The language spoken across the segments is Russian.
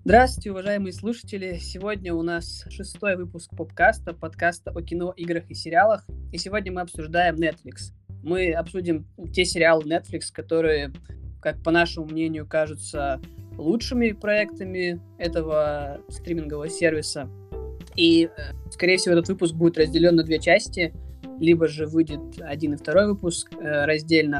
Здравствуйте, уважаемые слушатели! Сегодня у нас 6-й выпуск подкаста о кино, играх и сериалах. И сегодня мы обсуждаем Netflix. Мы обсудим те сериалы Netflix, которые, как по нашему мнению, кажутся лучшими проектами этого стримингового сервиса. И, скорее всего, этот выпуск будет разделен на две части. Либо же выйдет один и второй выпуск раздельно.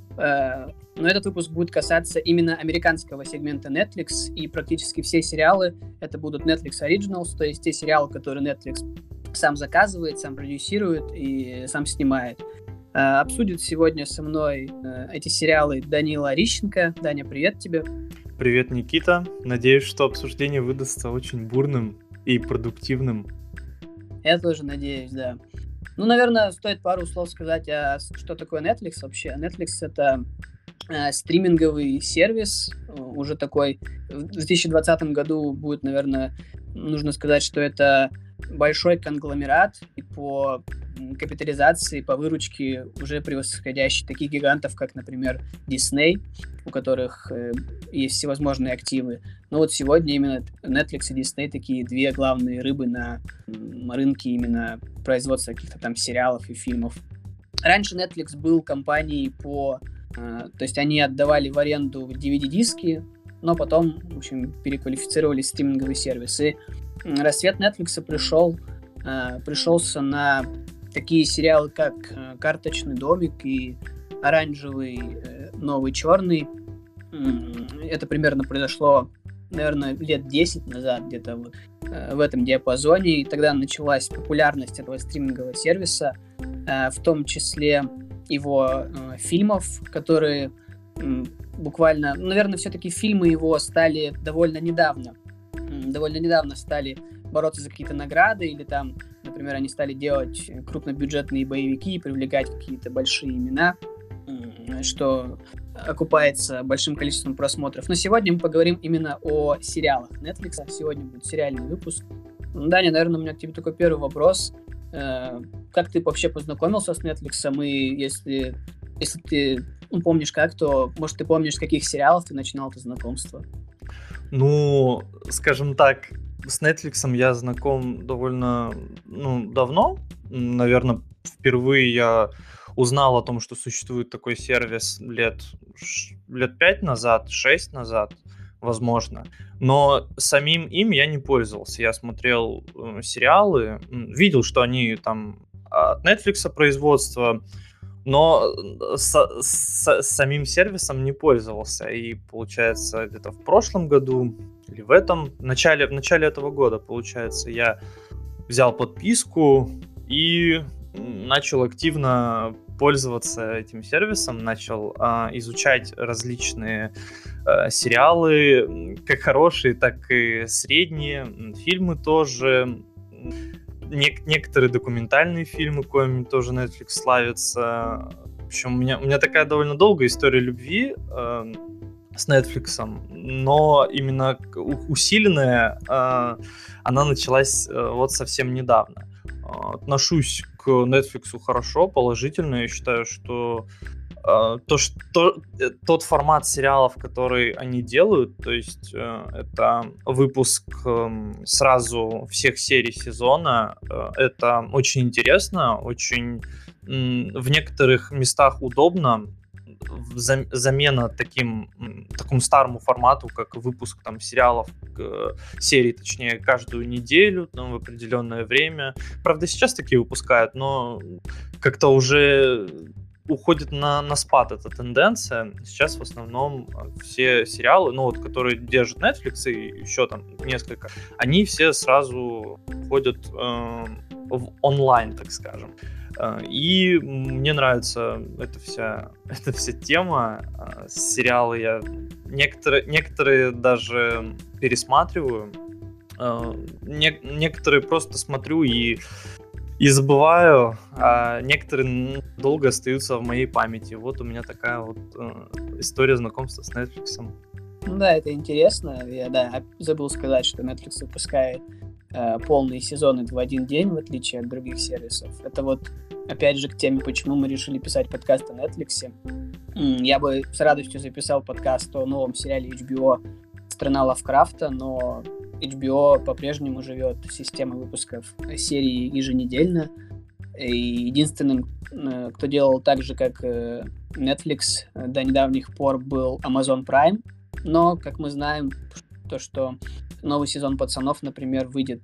Но этот выпуск будет касаться именно американского сегмента Netflix, и практически все сериалы это будут Netflix Originals, то есть те сериалы, которые Netflix сам заказывает, сам продюсирует и сам снимает. Обсудит сегодня со мной эти сериалы Данила Орищенко. Даня, привет тебе. Привет, Никита. Надеюсь, что обсуждение выдастся очень бурным и продуктивным. Я тоже надеюсь, да. Наверное, стоит пару слов сказать, что такое Netflix вообще. Netflix — это стриминговый сервис, уже такой. В 2020 году будет, наверное, нужно сказать, что это большой конгломерат и по капитализации, по выручке уже превосходящий таких гигантов, как, например, Disney, у которых есть всевозможные активы. Но вот сегодня именно Netflix и Disney такие две главные рыбы на рынке именно производства каких-то там сериалов и фильмов. Раньше Netflix был компанией то есть они отдавали в аренду DVD-диски, но потом, в общем, переквалифицировались в стриминговый сервис. И рассвет Netflix пришелся на такие сериалы, как «Карточный домик» и «Оранжевый новый черный». Это примерно произошло, наверное, лет 10 назад, где-то вот в этом диапазоне. И тогда началась популярность этого стримингового сервиса, в том числе его фильмов, которые буквально, наверное, все-таки фильмы его стали довольно недавно стали бороться за какие-то награды, или там, например, они стали делать крупнобюджетные боевики, привлекать какие-то большие имена, что окупается большим количеством просмотров. Но сегодня мы поговорим именно о сериалах Netflix. Сегодня будет сериальный выпуск. Даня, наверное, у меня к тебе такой первый вопрос. Как ты вообще познакомился с Netflix? И если ты помнишь как, то, может, ты помнишь, с каких сериалов ты начинал это знакомство? Скажем так, с Netflix я знаком довольно давно. Наверное, впервые я узнал о том, что существует такой сервис лет 5 назад, 6 назад, возможно. Но самим им я не пользовался. Я смотрел сериалы, видел, что они там от Netflix производства, но самим сервисом не пользовался. И, получается, где-то в прошлом году или в начале этого года, получается, я взял подписку и начал активно пользоваться этим сервисом, начал изучать различные сериалы, как хорошие, так и средние, фильмы тоже, некоторые документальные фильмы, коими тоже Netflix славится. В общем, у меня такая довольно долгая история любви с Netflix, но именно усиленная она началась вот совсем недавно. Отношусь к Netflix хорошо, положительно. Я считаю, что тот формат сериалов, который они делают, то есть это выпуск сразу всех серий сезона, это очень интересно, очень в некоторых местах удобно. Замена такому старому формату, как выпуск там сериалов, серий, точнее, каждую неделю, в определенное время. Правда, сейчас такие выпускают, но как-то уже уходит на спад эта тенденция. Сейчас в основном все сериалы, которые держит Netflix и еще там несколько, они все сразу ходят в онлайн, так скажем. И мне нравится эта вся тема. Сериалы я некоторые даже пересматриваю, некоторые просто смотрю и забываю, а некоторые долго остаются в моей памяти. Вот у меня такая вот история знакомства с Netflix. Да, это интересно. Я забыл сказать, что Netflix выпускает полные сезоны в один день, в отличие от других сервисов. Это вот, опять же, к теме, почему мы решили писать подкаст о Netflix. Я бы с радостью записал подкаст о новом сериале HBO страна Лавкрафта, но HBO по-прежнему живет системой выпусков серии еженедельно. И единственным, кто делал так же, как Netflix до недавних пор, был Amazon Prime. Но, как мы знаем, то, что новый сезон «Пацанов», например, выйдет,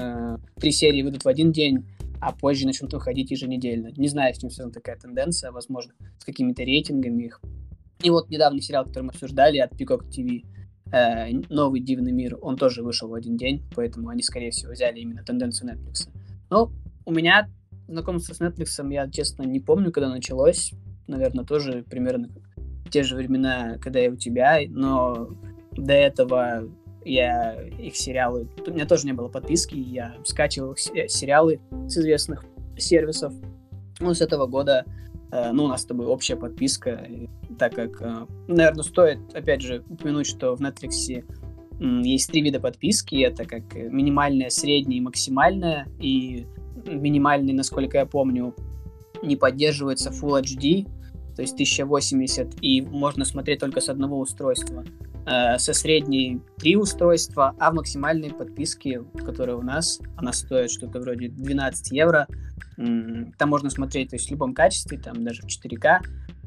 3 серии выйдут в один день, а позже начнут выходить еженедельно. Не знаю, с чем связана такая тенденция, возможно, с какими-то рейтингами их. И вот недавний сериал, который мы обсуждали от Peacock TV, «Новый дивный мир», он тоже вышел в один день, поэтому они, скорее всего, взяли именно тенденцию Netflix. Но у меня знакомство с Netflix, я, честно, не помню, когда началось. Наверное, тоже примерно в те же времена, когда и у тебя, но до этого я их сериалы... У меня тоже не было подписки, я скачивал сериалы с известных сервисов. Ну, с этого года, у нас с тобой общая подписка, так как, наверное, стоит, опять же, упомянуть, что в Netflix есть 3 вида подписки. Это как минимальная, средняя и максимальная. И минимальный, насколько я помню, не поддерживается Full HD, то есть 1080, и можно смотреть только с одного устройства. Со средней 3 устройства, а в максимальной подписке, которая у нас, она стоит что-то вроде 12 евро. Там можно смотреть, то есть в любом качестве, там даже в 4К.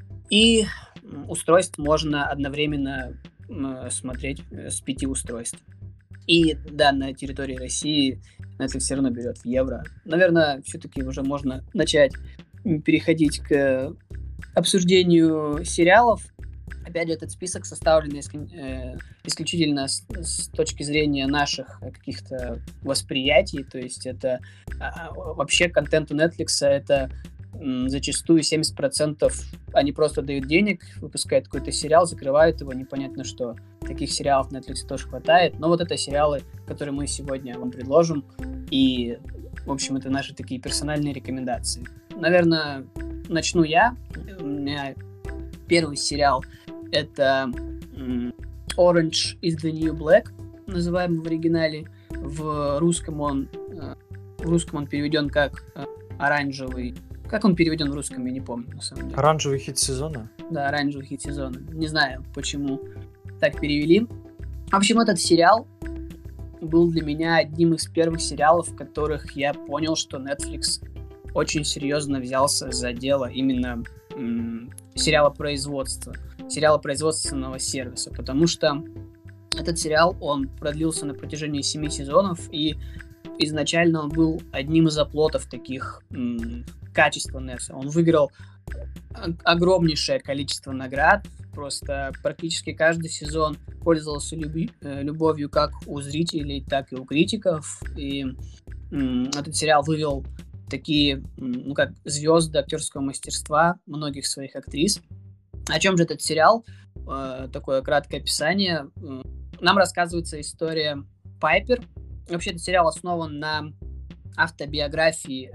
И устройств можно одновременно смотреть с 5 устройств. И да, на территории России Netflix все равно берет в евро. Наверное, все-таки уже можно начать переходить к обсуждению сериалов. Опять же, этот список составлен исключительно с точки зрения наших каких-то восприятий. То есть это вообще контент у Netflix, это зачастую 70% они просто дают денег, выпускают какой-то сериал, закрывают его, непонятно что. Таких сериалов на Netflix тоже хватает. Но вот это сериалы, которые мы сегодня вам предложим. И, в общем, это наши такие персональные рекомендации. Наверное, начну я. У меня первый сериал — это Orange is the New Black, называемый в оригинале. В русском он переведен как оранжевый. Как он переведен в русском, я не помню, на самом деле. Оранжевый хит сезона? Да, оранжевый хит сезона. Не знаю, почему так перевели. В общем, этот сериал был для меня одним из первых сериалов, в которых я понял, что Netflix очень серьезно взялся за дело именно сериалопроизводственного сервиса, потому что этот сериал, он продлился на протяжении 7 сезонов, и изначально он был одним из оплотов таких качества Netflix. Он выиграл огромнейшее количество наград, просто практически каждый сезон пользовался любовью как у зрителей, так и у критиков, и этот сериал вывел такие, как звезды актерского мастерства многих своих актрис. О чем же этот сериал? Такое краткое описание. Нам рассказывается история Пайпер. Вообще, этот сериал основан на автобиографии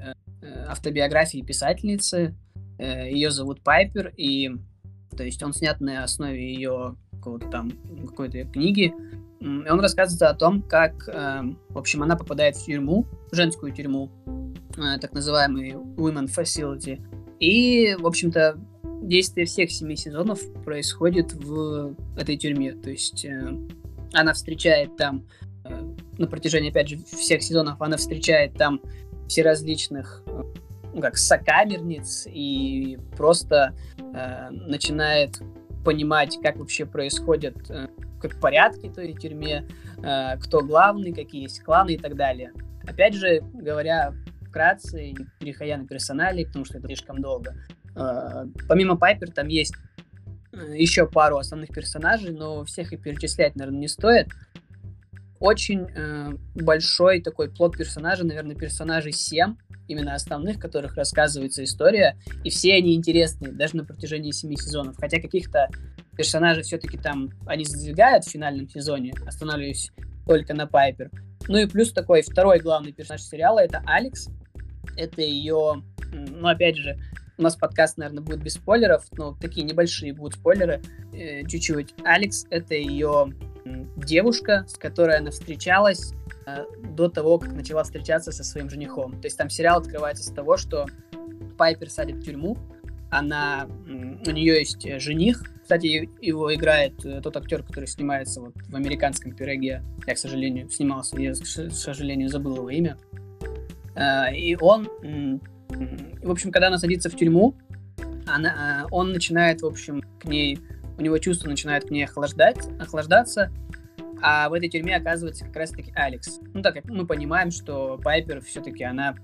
писательницы. Ее зовут Пайпер, и то есть он снят на основе ее какой-то книги. И он рассказывает о том, как, в общем, она попадает в тюрьму, женскую тюрьму, так называемый Women Facility. И, в общем-то, действие всех 7 сезонов происходит в этой тюрьме. То есть она встречает там, на протяжении, опять же, всех сезонов, она встречает там всеразличных сокамерниц и просто начинает понимать, как вообще происходят как порядки в той тюрьме, кто главный, какие есть кланы и так далее. Опять же, говоря вкратце, не переходя на персонали, потому что это слишком долго, помимо Пайпер там есть еще пару основных персонажей, но всех их перечислять, наверное, не стоит. Очень большой такой плод персонажей, наверное, персонажей 7, именно основных, которых рассказывается история, и все они интересные, даже на протяжении 7 сезонов. Хотя каких-то персонажей все-таки там они задвигают в финальном сезоне, останавливаюсь только на Пайпер. Ну и плюс такой второй главный персонаж сериала — это Алекс. Это ее, опять же, у нас подкаст, наверное, будет без спойлеров, но такие небольшие будут спойлеры, чуть-чуть. Алекс — это ее девушка, с которой она встречалась до того, как начала встречаться со своим женихом. То есть там сериал открывается с того, что Пайпер садит в тюрьму, у нее есть жених. Кстати, его играет тот актер, который снимается вот в «Американском пироге». Я, к сожалению, снимался, я, к сожалению, забыл его имя. И он, в общем, когда она садится в тюрьму, он начинает, в общем, к ней, у него чувства начинают к ней охлаждаться, а в этой тюрьме оказывается как раз-таки Алекс. Ну, так как мы понимаем, что Пайпер все-таки она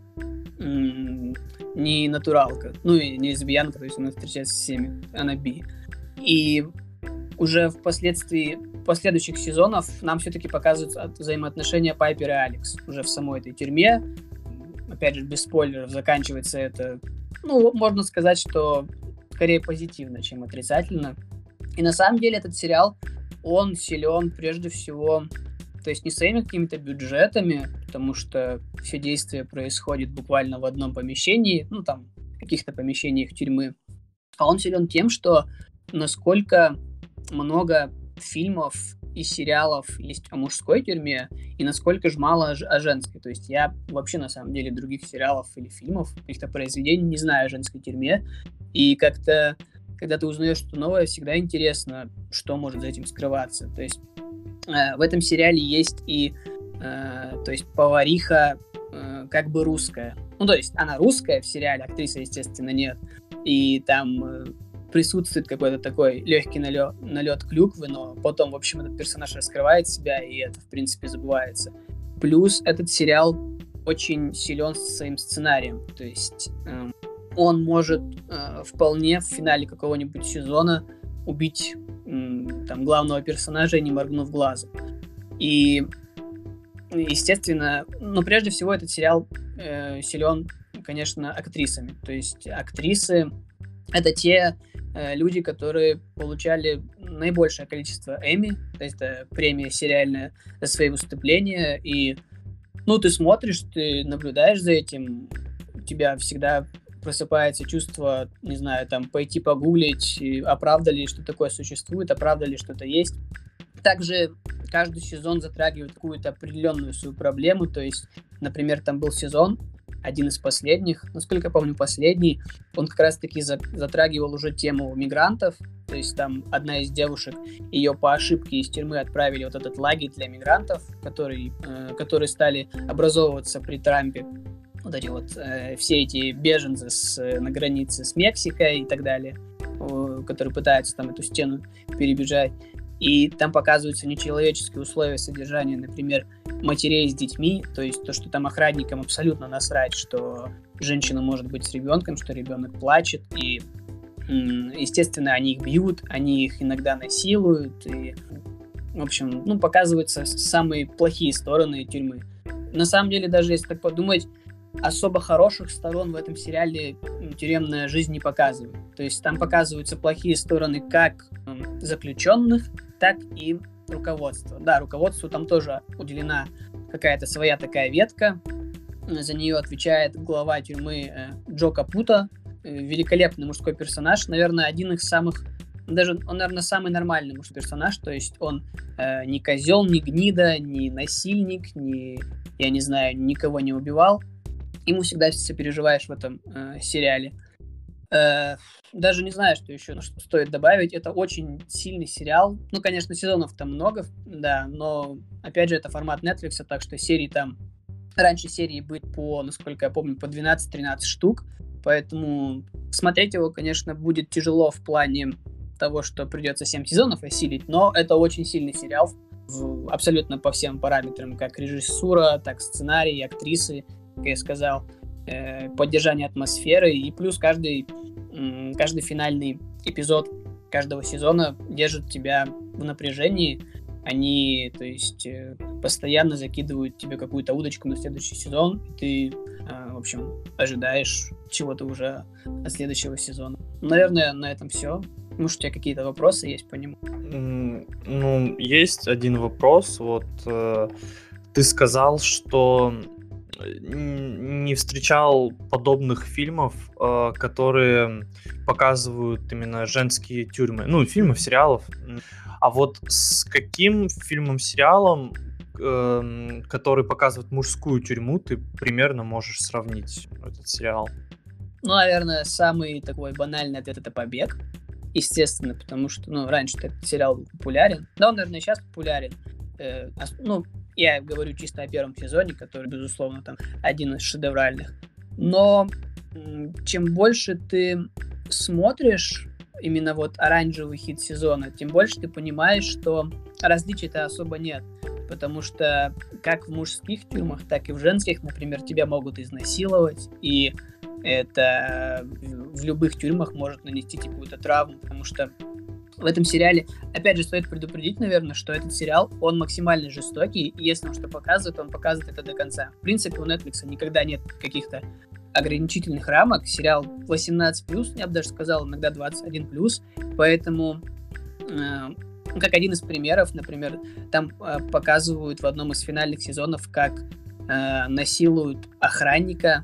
не натуралка, ну и не лесбиянка, то есть она встречается с всеми, она би. И уже в последующих сезонов нам все-таки показывают взаимоотношения Пайпер и Алекс уже в самой этой тюрьме. Опять же, без спойлеров, заканчивается это, ну, можно сказать, что скорее позитивно, чем отрицательно. И на самом деле этот сериал, он силен прежде всего, то есть не своими какими-то бюджетами, потому что все действия происходят буквально в одном помещении, ну, там, в каких-то помещениях тюрьмы, а он силен тем, что насколько много фильмов и сериалов есть о мужской тюрьме, и насколько же мало о женской. То есть я вообще, на самом деле, других сериалов или фильмов, каких-то произведений не знаю о женской тюрьме, и как-то, когда ты узнаешь что-то новое, всегда интересно, что может за этим скрываться. То есть в этом сериале есть и то есть повариха как бы русская. Ну, то есть она русская в сериале, актриса, естественно, нет. И там присутствует какой-то такой легкий налет клюквы, но потом, в общем, этот персонаж раскрывает себя, и это, в принципе, забывается. Плюс этот сериал очень силен своим сценарием. То есть он может вполне в финале какого-нибудь сезона убить там главного персонажа, не моргнув глазом. И, естественно, но прежде всего этот сериал силен, конечно, актрисами. То есть актрисы — это те люди, которые получали наибольшее количество Эмми, то есть это премия сериальная, за свои выступления. И, ну, ты смотришь, ты наблюдаешь за этим, у тебя всегда просыпается чувство, не знаю, там, пойти погуглить, а правда ли что такое существует, а правда ли что-то есть. Также каждый сезон затрагивает какую-то определенную свою проблему, то есть, например, там был сезон, один из последних, насколько я помню, последний, он как раз-таки затрагивал уже тему мигрантов, то есть там одна из девушек, ее по ошибке из тюрьмы отправили вот этот лагерь для мигрантов, которые стали образовываться при Трампе, вот эти вот все эти беженцы на границе с Мексикой и так далее, которые пытаются там эту стену перебежать. И там показываются нечеловеческие условия содержания, например, матерей с детьми, то есть то, что там охранникам абсолютно насрать, что женщина может быть с ребенком, что ребенок плачет, и, естественно, они их бьют, они их иногда насилуют, и, в общем, ну, показываются самые плохие стороны тюрьмы. На самом деле, даже если так подумать, особо хороших сторон в этом сериале тюремная жизнь не показывает. То есть там показываются плохие стороны как заключенных, так и руководства. Да, руководству там тоже уделена какая-то своя такая ветка. За нее отвечает глава тюрьмы Джо Капуто. Великолепный мужской персонаж. Наверное, один из самых... Даже он, наверное, самый нормальный мужской персонаж. То есть он не козел, не гнида, не насильник, я не знаю, никого не убивал. Ему всегда сопереживаешь в этом сериале. Даже не знаю, что еще стоит добавить. Это очень сильный сериал. Ну, конечно, сезонов там много, да, но, опять же, это формат Netflix, так что серии там... Раньше серии были насколько я помню, по 12-13 штук, поэтому смотреть его, конечно, будет тяжело в плане того, что придется 7 сезонов осилить, но это очень сильный сериал абсолютно по всем параметрам, как режиссура, так сценарий, актрисы, как я сказал, поддержание атмосферы, и плюс каждый финальный эпизод каждого сезона держит тебя в напряжении. Они, то есть, постоянно закидывают тебе какую-то удочку на следующий сезон, и ты, в общем, ожидаешь чего-то уже от следующего сезона. Наверное, на этом все. Может, у тебя какие-то вопросы есть по нему? Ну, есть один вопрос. Вот ты сказал, что не встречал подобных фильмов, которые показывают именно женские тюрьмы. Ну, фильмов, сериалов. А вот с каким фильмом-сериалом, который показывает мужскую тюрьму, ты примерно можешь сравнить этот сериал? Ну, наверное, самый такой банальный ответ — это «Побег». Естественно, потому что, ну, раньше этот сериал был популярен. Да, он, наверное, сейчас популярен. Ну, я говорю чисто о первом сезоне, который, безусловно, там один из шедевральных. Но чем больше ты смотришь именно вот оранжевый хит сезона, тем больше ты понимаешь, что различий-то особо нет. Потому что как в мужских тюрьмах, так и в женских, например, тебя могут изнасиловать, и это в любых тюрьмах может нанести тебе какую-то травму, потому что в этом сериале, опять же, стоит предупредить, наверное, что этот сериал, он максимально жестокий, и если он что показывает, он показывает это до конца. В принципе, у Netflix никогда нет каких-то ограничительных рамок. Сериал 18+, я бы даже сказал, иногда 21+, поэтому, как один из примеров, например, там показывают в одном из финальных сезонов, как насилуют охранника,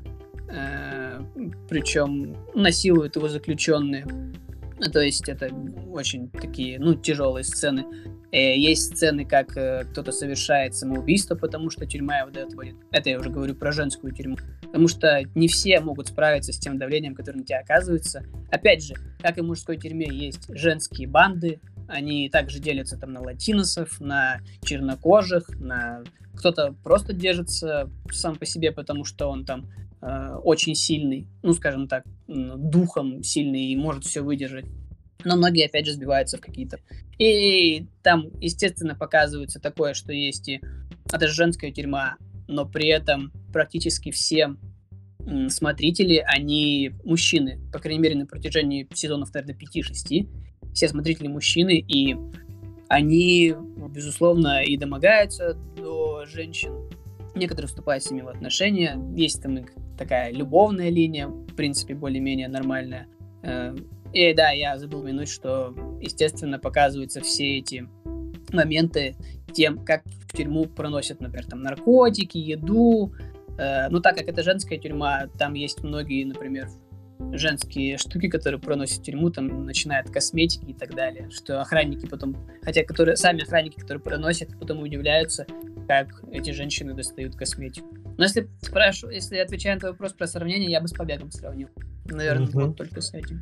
причем насилуют его заключенные. То есть это очень такие, ну, тяжелые сцены. Есть сцены, как кто-то совершает самоубийство, потому что тюрьма его доводит. Это я уже говорю про женскую тюрьму. Потому что не все могут справиться с тем давлением, которое на тебя оказывается. Опять же, как и в мужской тюрьме, есть женские банды. Они также делятся там на латиносов, на чернокожих, на... Кто-то просто держится сам по себе, потому что он там очень сильный, ну, скажем так, духом сильный и может все выдержать. Но многие, опять же, сбиваются в какие-то... И там, естественно, показывается такое, что есть и... Это же женская тюрьма, но при этом практически все смотрители, они мужчины. По крайней мере, на протяжении сезонов, наверное, 5-6. Все смотрители мужчины, и они, безусловно, и домогаются до женщин. Некоторые вступают с ними в отношения. Есть там такая любовная линия, в принципе, более-менее нормальная. И да, я забыл упомянуть, что, естественно, показываются все эти моменты тем, как в тюрьму проносят, например, там наркотики, еду. Ну, так как это женская тюрьма, там есть многие, например, женские штуки, которые проносят в тюрьму, там, начиная от косметики и так далее, что охранники потом, хотя сами охранники, которые проносят, потом удивляются, как эти женщины достают косметику. Но если отвечая на твой вопрос про сравнение, я бы с «Побегом» сравнил. Наверное, вот только с этим.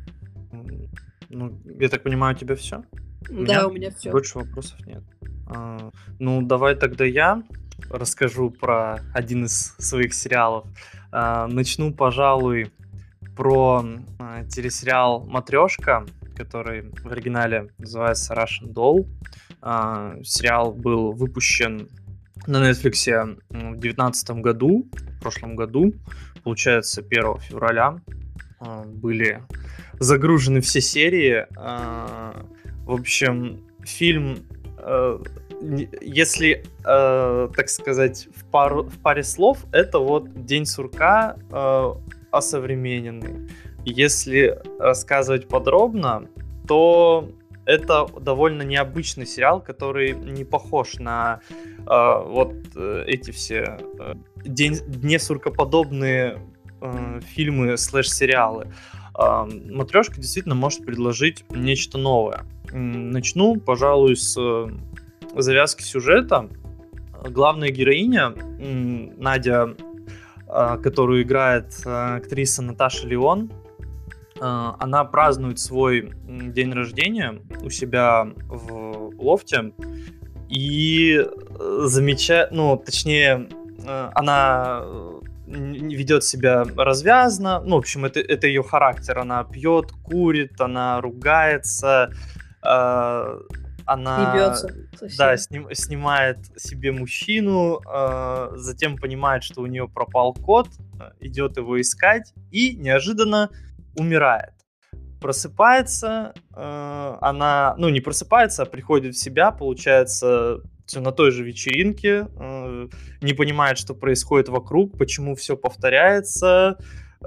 Ну, я так понимаю, у тебя все? Да, у меня все. Больше вопросов нет. Ну, давай тогда я расскажу про один из своих сериалов. Начну, пожалуй, про телесериал «Матрешка», который в оригинале называется Russian Doll. Сериал был выпущен на Netflix в 2019 году, в прошлом году, получается, 1 февраля. Были загружены все серии. В общем, фильм, если, так сказать, в паре слов, это вот «День сурка» осовремененный. Если рассказывать подробно, то это довольно необычный сериал, который не похож на вот эти все днесуркоподобные фильмы слэш-сериалы. «Матрешка» действительно может предложить нечто новое. Начну, пожалуй, с завязки сюжета. Главная героиня, Надя, которую играет актриса Наташа Леон, она празднует свой день рождения у себя в лофте и она ведет себя развязно, ну, в общем, это ее характер, она пьет, курит, она ругается, она снимает себе мужчину, затем понимает, что у нее пропал кот, идет его искать и неожиданно умирает. Просыпается, она, не просыпается, а приходит в себя, получается, все на той же вечеринке, не понимает, что происходит вокруг, почему все повторяется,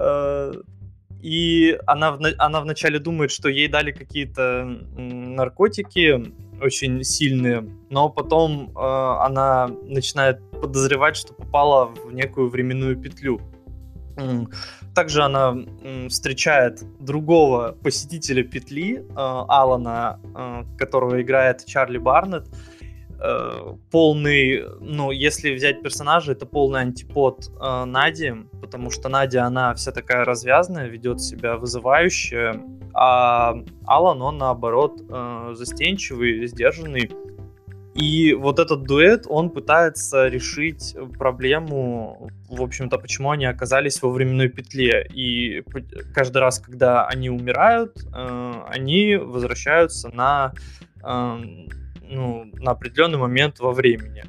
и она вначале думает, что ей дали какие-то наркотики очень сильные, но потом она начинает подозревать, что попала в некую временную петлю. Также она встречает другого посетителя петли, Алана, которого играет Чарли Барнетт. полный, ну, если взять персонажа, это полный антипод Нади, потому что Надя, она вся такая развязная, ведет себя вызывающе, а Алан, он наоборот застенчивый, сдержанный. И вот этот дуэт, он пытается решить проблему, в общем-то, почему они оказались во временной петле. И каждый раз, когда они умирают, они возвращаются на определенный момент во времени.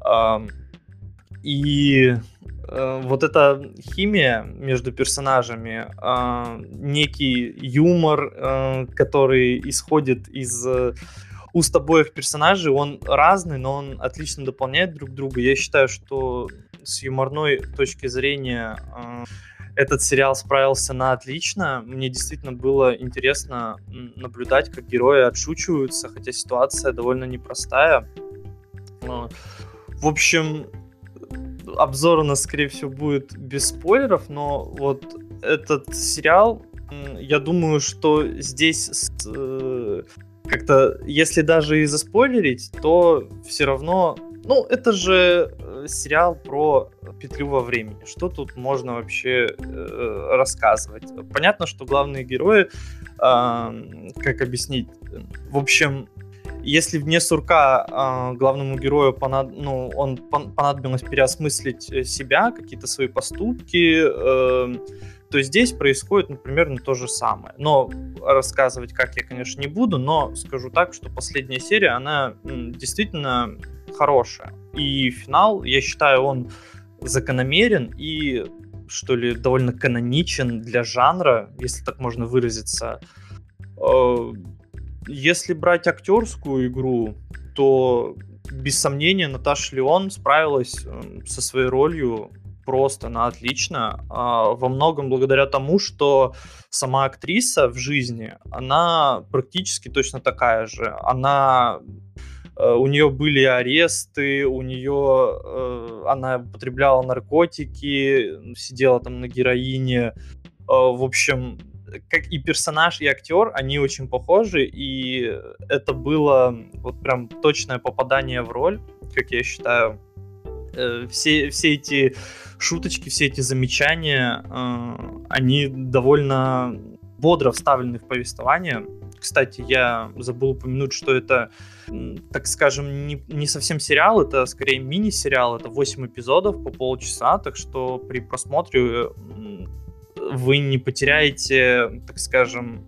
И вот эта химия между персонажами, некий юмор, который исходит из уст обоих персонажей, он разный, но он отлично дополняет друг друга. Я считаю, что с юморной точки зрения этот сериал справился на отлично. Мне действительно было интересно наблюдать, как герои отшучиваются, хотя ситуация довольно непростая. В общем, обзор у нас, скорее всего, будет без спойлеров, но вот этот сериал, я думаю, что здесь как-то, если даже и заспойлерить, то все равно... Ну, это же сериал про петлю во времени. Что тут можно вообще рассказывать? Понятно, что главные герои, как объяснить? В общем, если вне сурка главному герою понадобилось переосмыслить себя, какие-то свои поступки, то здесь происходит, например, то же самое. Но рассказывать как я, конечно, не буду, но скажу так, что последняя серия, она действительно хорошая. И финал, я считаю, он закономерен и, что ли, довольно каноничен для жанра, если так можно выразиться. Если брать актерскую игру, то, без сомнения, Наташа Леон справилась со своей ролью просто на отлично. Во многом благодаря тому, что сама актриса в жизни, она практически точно такая же. У нее были аресты, она употребляла наркотики, сидела там на героине. В общем, как и персонаж, и актер, они очень похожи, и это было вот прям точное попадание в роль, как я считаю. Все эти шуточки, все эти замечания, они довольно бодро вставлены в повествование. Кстати, я забыл упомянуть, что это, так скажем, не совсем сериал, это скорее мини-сериал, это 8 эпизодов по полчаса, так что при просмотре вы не потеряете, так скажем,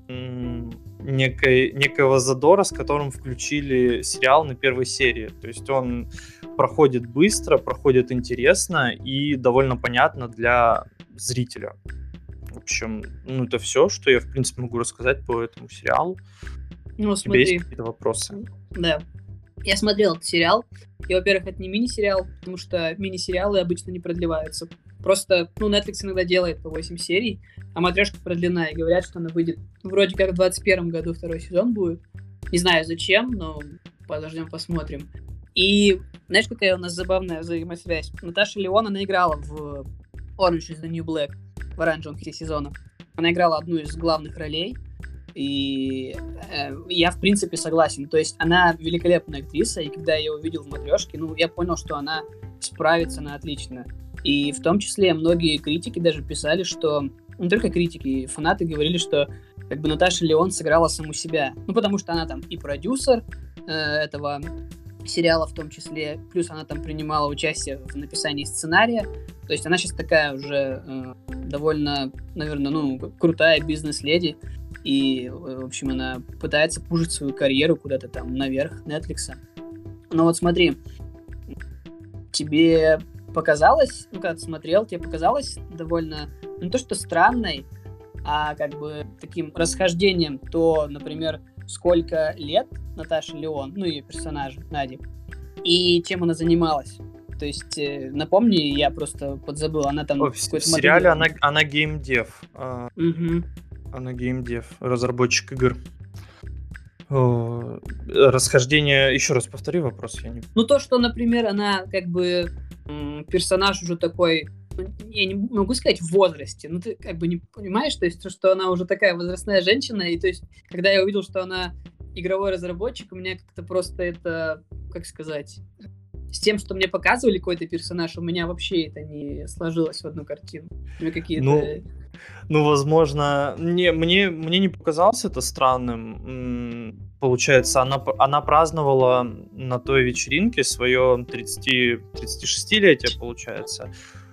некого задора, с которым включили сериал на первой серии. То есть он проходит быстро, проходит интересно и довольно понятно для зрителя. В общем, это все, что я, в принципе, могу рассказать по этому сериалу. Ну, У тебя есть какие-то вопросы? Да. Я смотрел этот сериал, и, во-первых, это не мини-сериал, потому что мини-сериалы обычно не продлеваются. Просто, Netflix иногда делает по 8 серий, а матрешка продлена, и говорят, что она выйдет вроде как в 2021 году второй сезон будет. Не знаю зачем, но подождем, посмотрим. И знаешь, какая у нас забавная взаимосвязь? Наташа Леон, она играла в Orange is the New Black в оранжевом сезоне. Она играла одну из главных ролей, и я, в принципе, согласен. То есть она великолепная актриса, и когда я ее увидел в матрешке, я понял, что она справится на отлично. И в том числе многие критики даже писали, что... Не только критики, фанаты говорили, что Наташа Леон сыграла саму себя. Потому что она там и продюсер этого сериала в том числе, плюс она там принимала участие в написании сценария. То есть она сейчас такая уже довольно, наверное, крутая бизнес-леди. И, в общем, она пытается пушить свою карьеру куда-то там наверх Netflix. Но вот смотри, тебе показалось, когда ты смотрел, тебе показалось довольно, не то что странной, а как бы таким расхождением, то, например, сколько лет Наташа Леон, ее персонаж Нади, и чем она занималась. То есть, напомни, я просто подзабыл, она там... В сериале она геймдев. Она геймдев, разработчик игр. Расхождение... Еще раз повтори вопрос. То, что, например, она как бы персонаж уже такой... Я не могу сказать в возрасте, ты как бы не понимаешь, то есть, что она уже такая возрастная женщина, и то есть, когда я увидел, что она игровой разработчик, у меня как-то просто это как сказать, с тем, что мне показывали какой-то персонаж, у меня вообще это не сложилось в одну картину. У меня какие-то... Возможно, мне не показалось это странным. Получается, она праздновала на той вечеринке свое 36-летие, получается.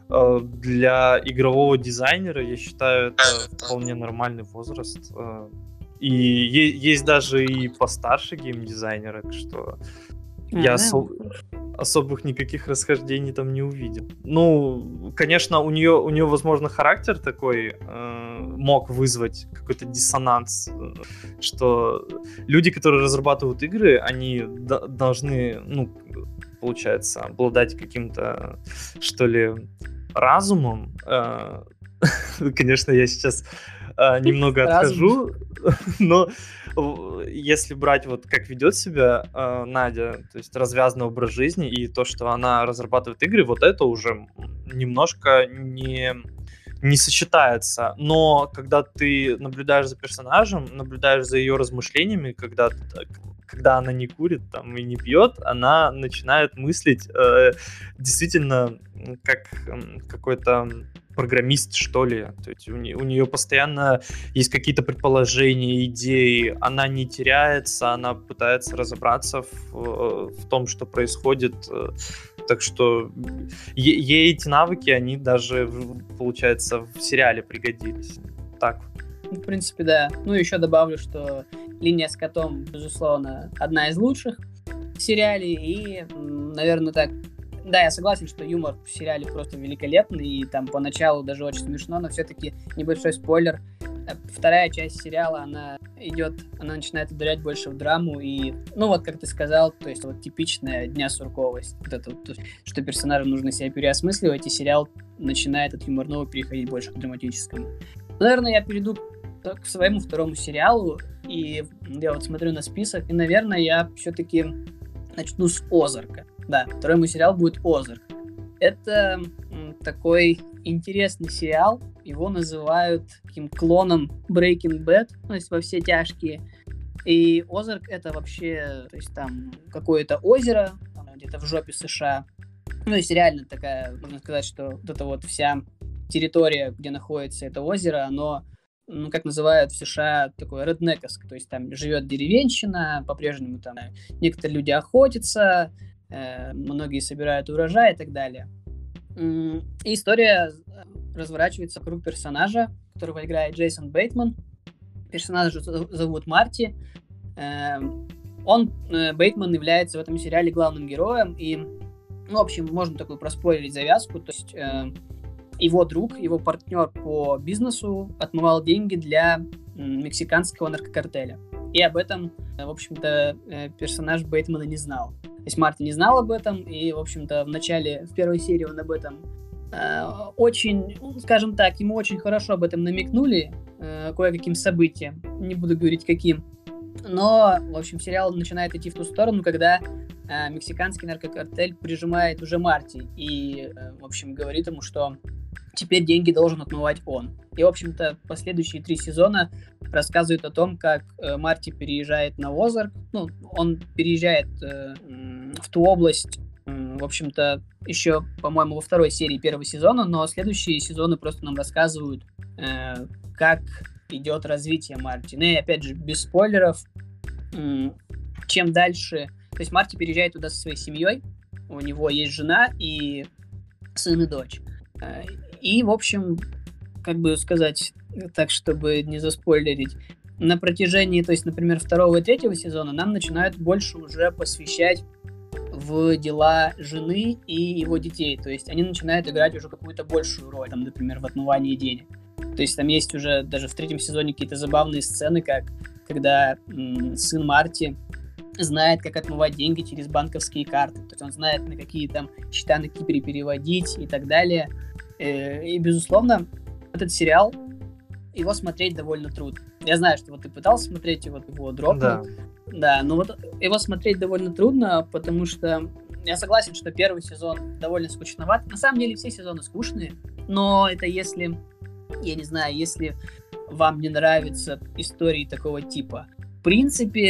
Для игрового дизайнера, я считаю, это вполне нормальный возраст. И есть даже и постарше геймдизайнеры, так что я особых никаких расхождений там не увидел. Ну, конечно, у нее, возможно, характер такой мог вызвать какой-то диссонанс, что люди, которые разрабатывают игры, они должны, ну, получается, обладать каким-то, что ли, разумом. Конечно, я сейчас немного отхожу, но если брать вот как ведет себя Надя, то есть развязанный образ жизни и то, что она разрабатывает игры, вот это уже немножко не сочетается. Но когда ты наблюдаешь за персонажем, наблюдаешь за ее размышлениями, когда она не курит там и не пьет, она начинает мыслить действительно как какой-то программист, что ли. То есть у нее постоянно есть какие-то предположения, идеи, она не теряется, она пытается разобраться в том, что происходит. Так что ей эти навыки, они даже, получается, в сериале пригодились. Так. В принципе, да. Ну, еще добавлю, что линия с котом, безусловно, одна из лучших в сериале. И, наверное, так... Да, я согласен, что юмор в сериале просто великолепный, и там поначалу даже очень смешно, но все-таки небольшой спойлер. Вторая часть сериала, она начинает ударять больше в драму, и, ну вот, как ты сказал, то есть вот типичная Дня Сурковость, вот это вот, что персонажам нужно себя переосмысливать, и сериал начинает от юморного переходить больше к драматическому. Наверное, я перейду к своему второму сериалу, и я вот смотрю на список, и, наверное, я все-таки начну с «Озарка». Да, второй мой сериал будет «Озарк». Это такой интересный сериал. Его называют таким клоном Breaking Bad, то есть «Во все тяжкие». И «Озарк» — это вообще, то есть там какое-то озеро, где-то в жопе США. Ну, есть реально такая, можно сказать, что вот эта вот вся территория, где находится это озеро, оно, ну, как называют в США, такое реднековское, то есть там живет деревенщина, по-прежнему там некоторые люди охотятся, многие собирают урожай и так далее. И история разворачивается вокруг персонажа, которого играет Джейсон Бейтман. Персонажа зовут Марти. Бейтман является в этом сериале главным героем. И, ну, в общем, можно такую проспойлерить завязку. То есть его друг, его партнер по бизнесу отмывал деньги для мексиканского наркокартеля. И об этом, в общем-то, персонаж Бейтмана не знал. То есть Марти не знал об этом, и, в общем-то, в первой серии он об этом очень, скажем так, ему очень хорошо об этом намекнули, кое-каким событиям, не буду говорить каким. Но, в общем, сериал начинает идти в ту сторону, когда мексиканский наркокартель прижимает уже Марти и, в общем, говорит ему, что теперь деньги должен отмывать он. И, в общем-то, последующие 3 сезона рассказывают о том, как Марти переезжает на Озарк. Ну, он переезжает в ту область, в общем-то, еще, по-моему, во второй серии первого сезона, но следующие сезоны просто нам рассказывают, как идет развитие Марти. Ну и, опять же, без спойлеров, чем дальше... То есть Марти переезжает туда со своей семьей, у него есть жена и сын и дочь. И, в общем, как бы сказать, так, чтобы не заспойлерить, на протяжении, то есть, например, 2 и 3 сезона нам начинают больше уже посвящать в дела жены и его детей. То есть они начинают играть уже какую-то большую роль, там, например, в отмывании денег. То есть там есть уже даже в 3 сезоне какие-то забавные сцены, когда сын Марти знает, как отмывать деньги через банковские карты. То есть он знает, на какие там счета на Кипре переводить и так далее. И, безусловно, этот сериал, его смотреть довольно трудно. Я знаю, что вот ты пытался смотреть, его дропнул. Да, но вот его смотреть довольно трудно, потому что я согласен, что первый сезон довольно скучноват. На самом деле все сезоны скучные, но это если, я не знаю, если вам не нравятся истории такого типа. В принципе,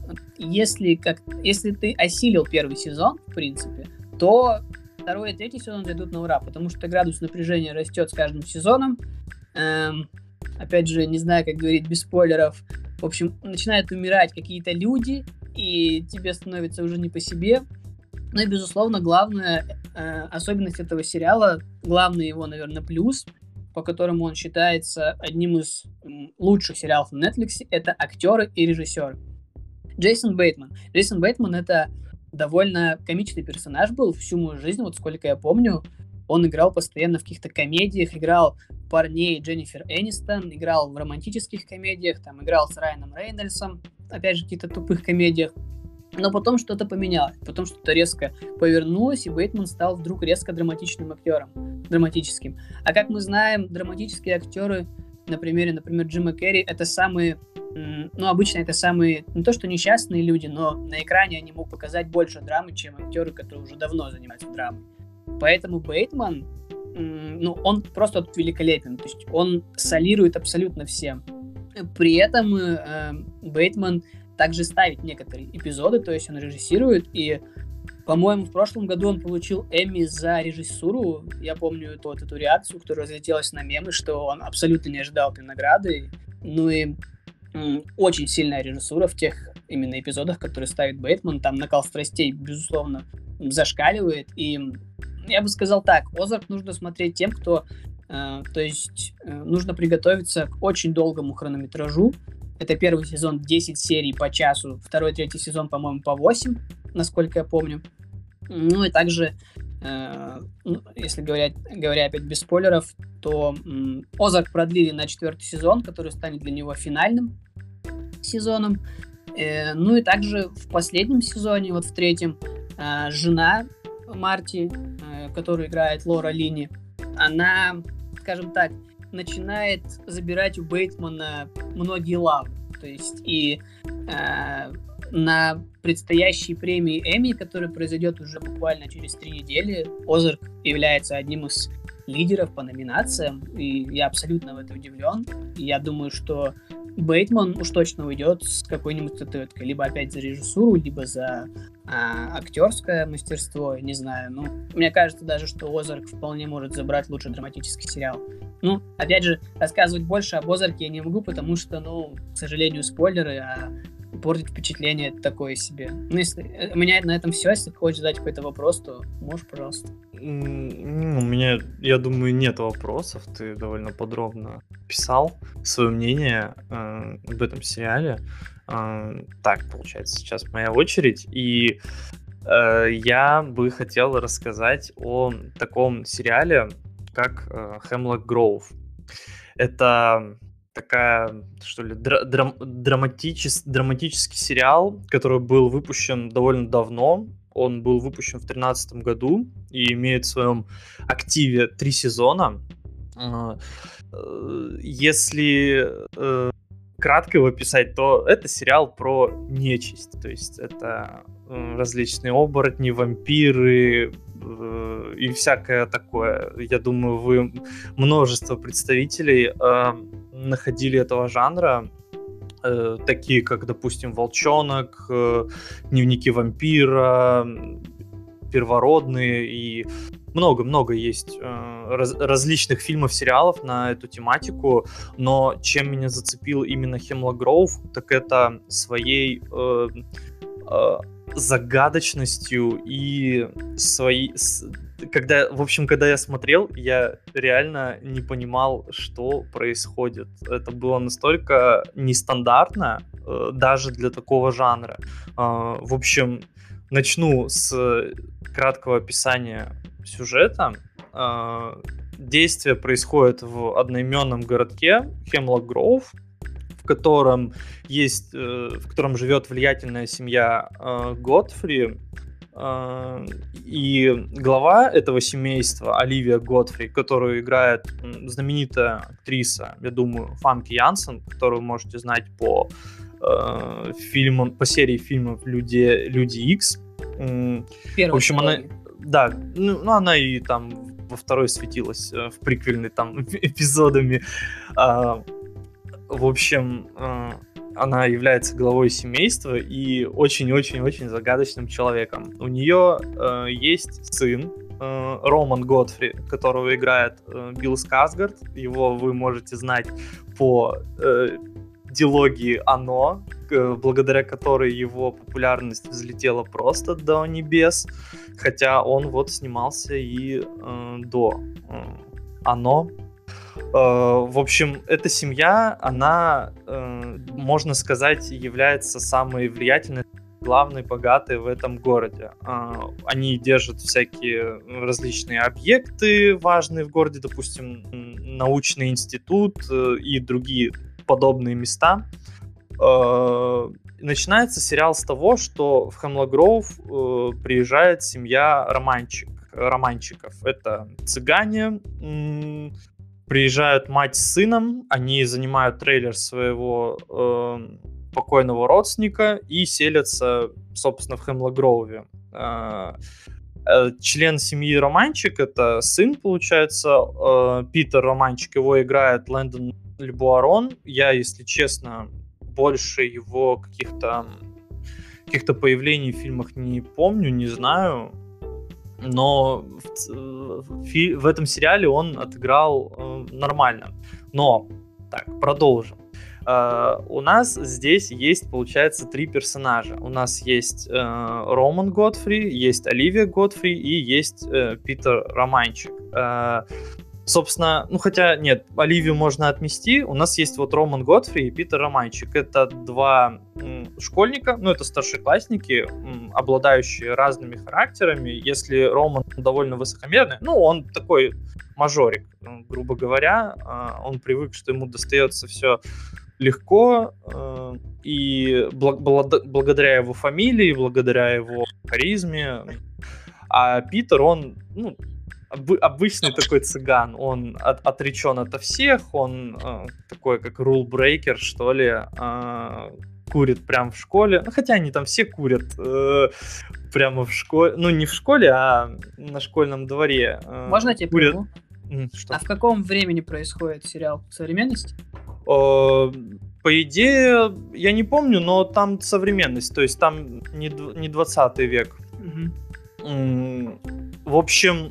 если ты осилил первый сезон, в принципе, то второй и третий сезон зайдут на ура, потому что градус напряжения растет с каждым сезоном. Опять же, не знаю, как говорить без спойлеров. В общем, начинают умирать какие-то люди, и тебе становится уже не по себе. Ну и, безусловно, главная особенность этого сериала, главный его, наверное, плюс, по которому он считается одним из лучших сериалов на Netflix, это актеры и режиссеры. Джейсон Бейтман. Джейсон Бейтман — это довольно комичный персонаж был всю мою жизнь, вот сколько я помню. Он играл постоянно в каких-то комедиях, играл парней Дженнифер Энистон, играл в романтических комедиях, там играл с Райаном Рейнольдсом, опять же, в каких-то тупых комедиях. Но потом что-то поменялось, потом что-то резко повернулось, и Бейтман стал вдруг резко драматичным актером, драматическим. А как мы знаем, драматические актеры, на примере, например, Джима Керри, это самые, обычно это самые, не то что несчастные люди, но на экране они могут показать больше драмы, чем актеры, которые уже давно занимаются драмой. Поэтому Бейтман, он просто тут великолепен, то есть он солирует абсолютно всем. При этом Бейтман также ставит некоторые эпизоды, то есть он режиссирует, и, по-моему, в прошлом году он получил Эмми за режиссуру. Я помню эту реакцию, которая разлетелась на мемы, что он абсолютно не ожидал этой награды. Ну и очень сильная режиссура в тех именно эпизодах, которые ставит Бейтман. Там накал страстей, безусловно, зашкаливает. И я бы сказал так, «Озарк» нужно смотреть тем, кто... нужно приготовиться к очень долгому хронометражу. Это первый сезон 10 серий по часу, второй, третий сезон, по-моему, по 8, насколько я помню. Ну и также, если говоря опять без спойлеров, то «Озарк» продлили на 4-й сезон, который станет для него финальным сезоном. Ну и также в последнем сезоне, вот в 3-м, жена Марти, которую играет Лора Линни, она, скажем так, начинает забирать у Бейтмана многие лавры. То есть и на предстоящей премии Эмми, которая произойдет уже буквально через 3 недели, «Озарк» является одним из лидеров по номинациям, и я абсолютно в это удивлен. И я думаю, что Бейтман уж точно уйдет с какой-нибудь статуэткой, либо опять за режиссуру, либо за актерское мастерство, не знаю. Ну, мне кажется даже, что «Озарк» вполне может забрать лучший драматический сериал. Ну, опять же, рассказывать больше об «Озарке» я не могу, потому что, к сожалению, спойлеры, а портить впечатление такое себе. Ну, если у меня на этом все. Если хочешь задать какой-то вопрос, то можешь, пожалуйста. У меня, я думаю, нет вопросов. Ты довольно подробно писал свое мнение об этом сериале. Так, получается, сейчас моя очередь. И я бы хотел рассказать о таком сериале, как «Хемлок Гроув». Это такая, что ли, драматический сериал, который был выпущен довольно давно. Он был выпущен в 2013 году и имеет в своем активе 3 сезона. Если кратко его описать, то это сериал про нечисть. То есть это различные оборотни, вампиры и всякое такое. Я думаю, вы множество представителей находили этого жанра, такие как, допустим, «Волчонок», «Дневники вампира», «Первородные» и много-много есть различных фильмов, сериалов на эту тематику, но чем меня зацепил именно «Хемлок Гроув», так это своей загадочностью и когда я смотрел, я реально не понимал, что происходит. Это было настолько нестандартно, даже для такого жанра. В общем, начну с краткого описания сюжета. Действие происходит в одноименном городке Хемлок Гроув, в котором живет влиятельная семья Годфри. И глава этого семейства, Оливия Годфри, которую играет знаменитая актриса, я думаю, Фамке Янсен, которую вы можете знать по серии фильмов «Люди Икс». В общем, она и там во второй светилась в приквельной там эпизодами. В общем, она является главой семейства и очень-очень-очень загадочным человеком. У нее есть сын, Роман Готфри, которого играет Билл Скарсгард. Его вы можете знать по дилогии «Оно», благодаря которой его популярность взлетела просто до небес, хотя он вот снимался и до «Оно». В общем, эта семья, она, можно сказать, является самой влиятельной, главной, богатой в этом городе. Они держат всякие различные объекты важные в городе, допустим, научный институт и другие подобные места. Начинается сериал с того, что в Хемлок Гроув приезжает семья романчиков. Это цыгане. Приезжают мать с сыном, они занимают трейлер своего покойного родственника и селятся, собственно, в Хемлок Гроуве. Член семьи Романчик, это сын, получается, Питер Романчик, его играет Лэндон Лебуарон. Я, если честно, больше его каких-то появлений в фильмах не помню, не знаю. Но в этом сериале он отыграл нормально. Но, так, продолжим. У нас здесь есть, получается, 3 персонажа. У нас есть Роман Готфри, есть Оливия Готфри и есть Питер Романчик. Собственно, хотя нет, Оливию можно отмести. У нас есть вот Роман Готфри и Питер Романчик. Это 2 школьника, это старшеклассники, обладающие разными характерами. Если Роман довольно высокомерный, он такой мажорик, грубо говоря. Он привык, что ему достается все легко, и благодаря его фамилии, благодаря его харизме. А Питер, он, обычный такой цыган, он отречен ото всех, он такой как рул-брейкер, что ли, курит прямо в школе. Хотя они там все курят прямо в школе. Не в школе, а на школьном дворе. Можно я тебе прерву? Что? А в каком времени происходит сериал? В современности? По идее, я не помню, но там современность, то есть там не 20 век. В общем,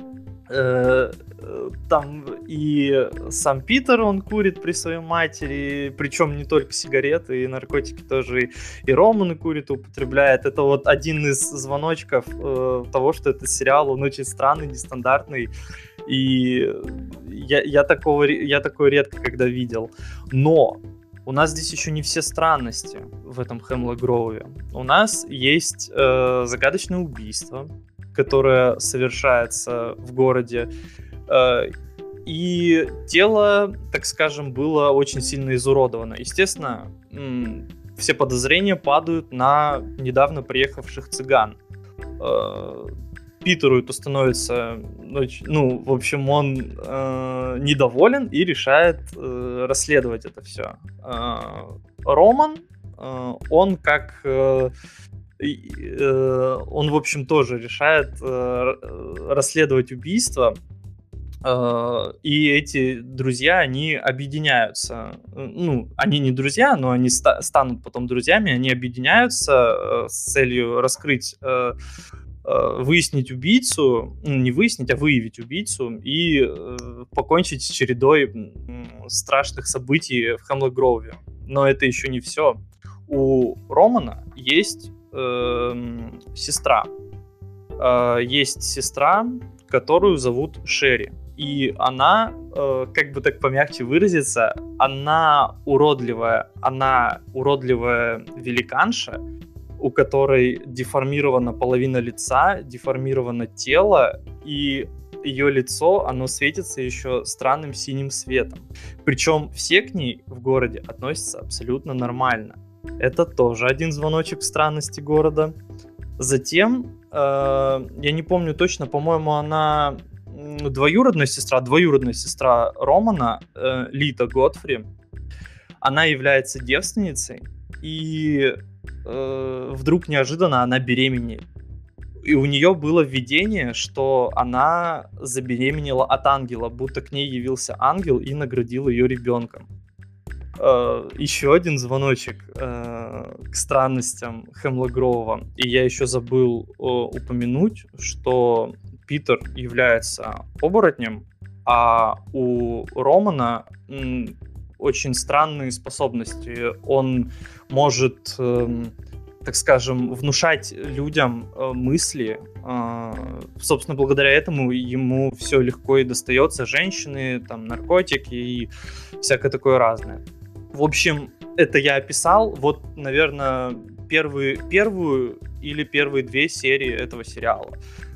там и сам Питер, он курит при своей матери, причем не только сигареты, и наркотики тоже, и Роман курит, употребляет. Это вот один из звоночков того, что этот сериал, он очень странный, нестандартный, и я такое редко когда видел. Но у нас здесь еще не все странности в этом Хемлок Гроуве. У нас есть загадочное убийство, которое совершается в городе. И тело, так скажем, было очень сильно изуродовано. Естественно, все подозрения падают на недавно приехавших цыган. Питеру это становится, в общем, он недоволен и решает расследовать это все. Роман, он он, в общем, тоже решает расследовать убийство, и эти друзья, они объединяются. Они не друзья, но они станут потом друзьями, они объединяются с целью выяснить убийцу, не выяснить, а выявить убийцу и покончить с чередой страшных событий в Хемлок Гроуве. Но это еще не все. У Романа есть сестра. Есть сестра, которую зовут Шерри. И она, как бы так помягче выразиться, она уродливая великанша, у которой деформирована половина лица, деформировано тело, и ее лицо, оно светится еще странным синим светом. Причем все к ней в городе относятся абсолютно нормально. Это тоже один звоночек в странности города. Затем, я не помню точно, по-моему, она двоюродная сестра Романа, Лита Готфри. Она является девственницей, и вдруг неожиданно она беременеет. И у нее было видение, что она забеременела от ангела, будто к ней явился ангел и наградил ее ребенком. еще один звоночек к странностям Хемлок Гроува. И я еще забыл упомянуть, что Питер является оборотнем, а у Романа очень странные способности. Он может, так скажем, внушать людям мысли. Собственно, благодаря этому ему все легко и достается. Женщины, там, наркотики и всякое такое разное. В общем, это я описал. Вот, наверное, первую или первые 2 серии этого сериала.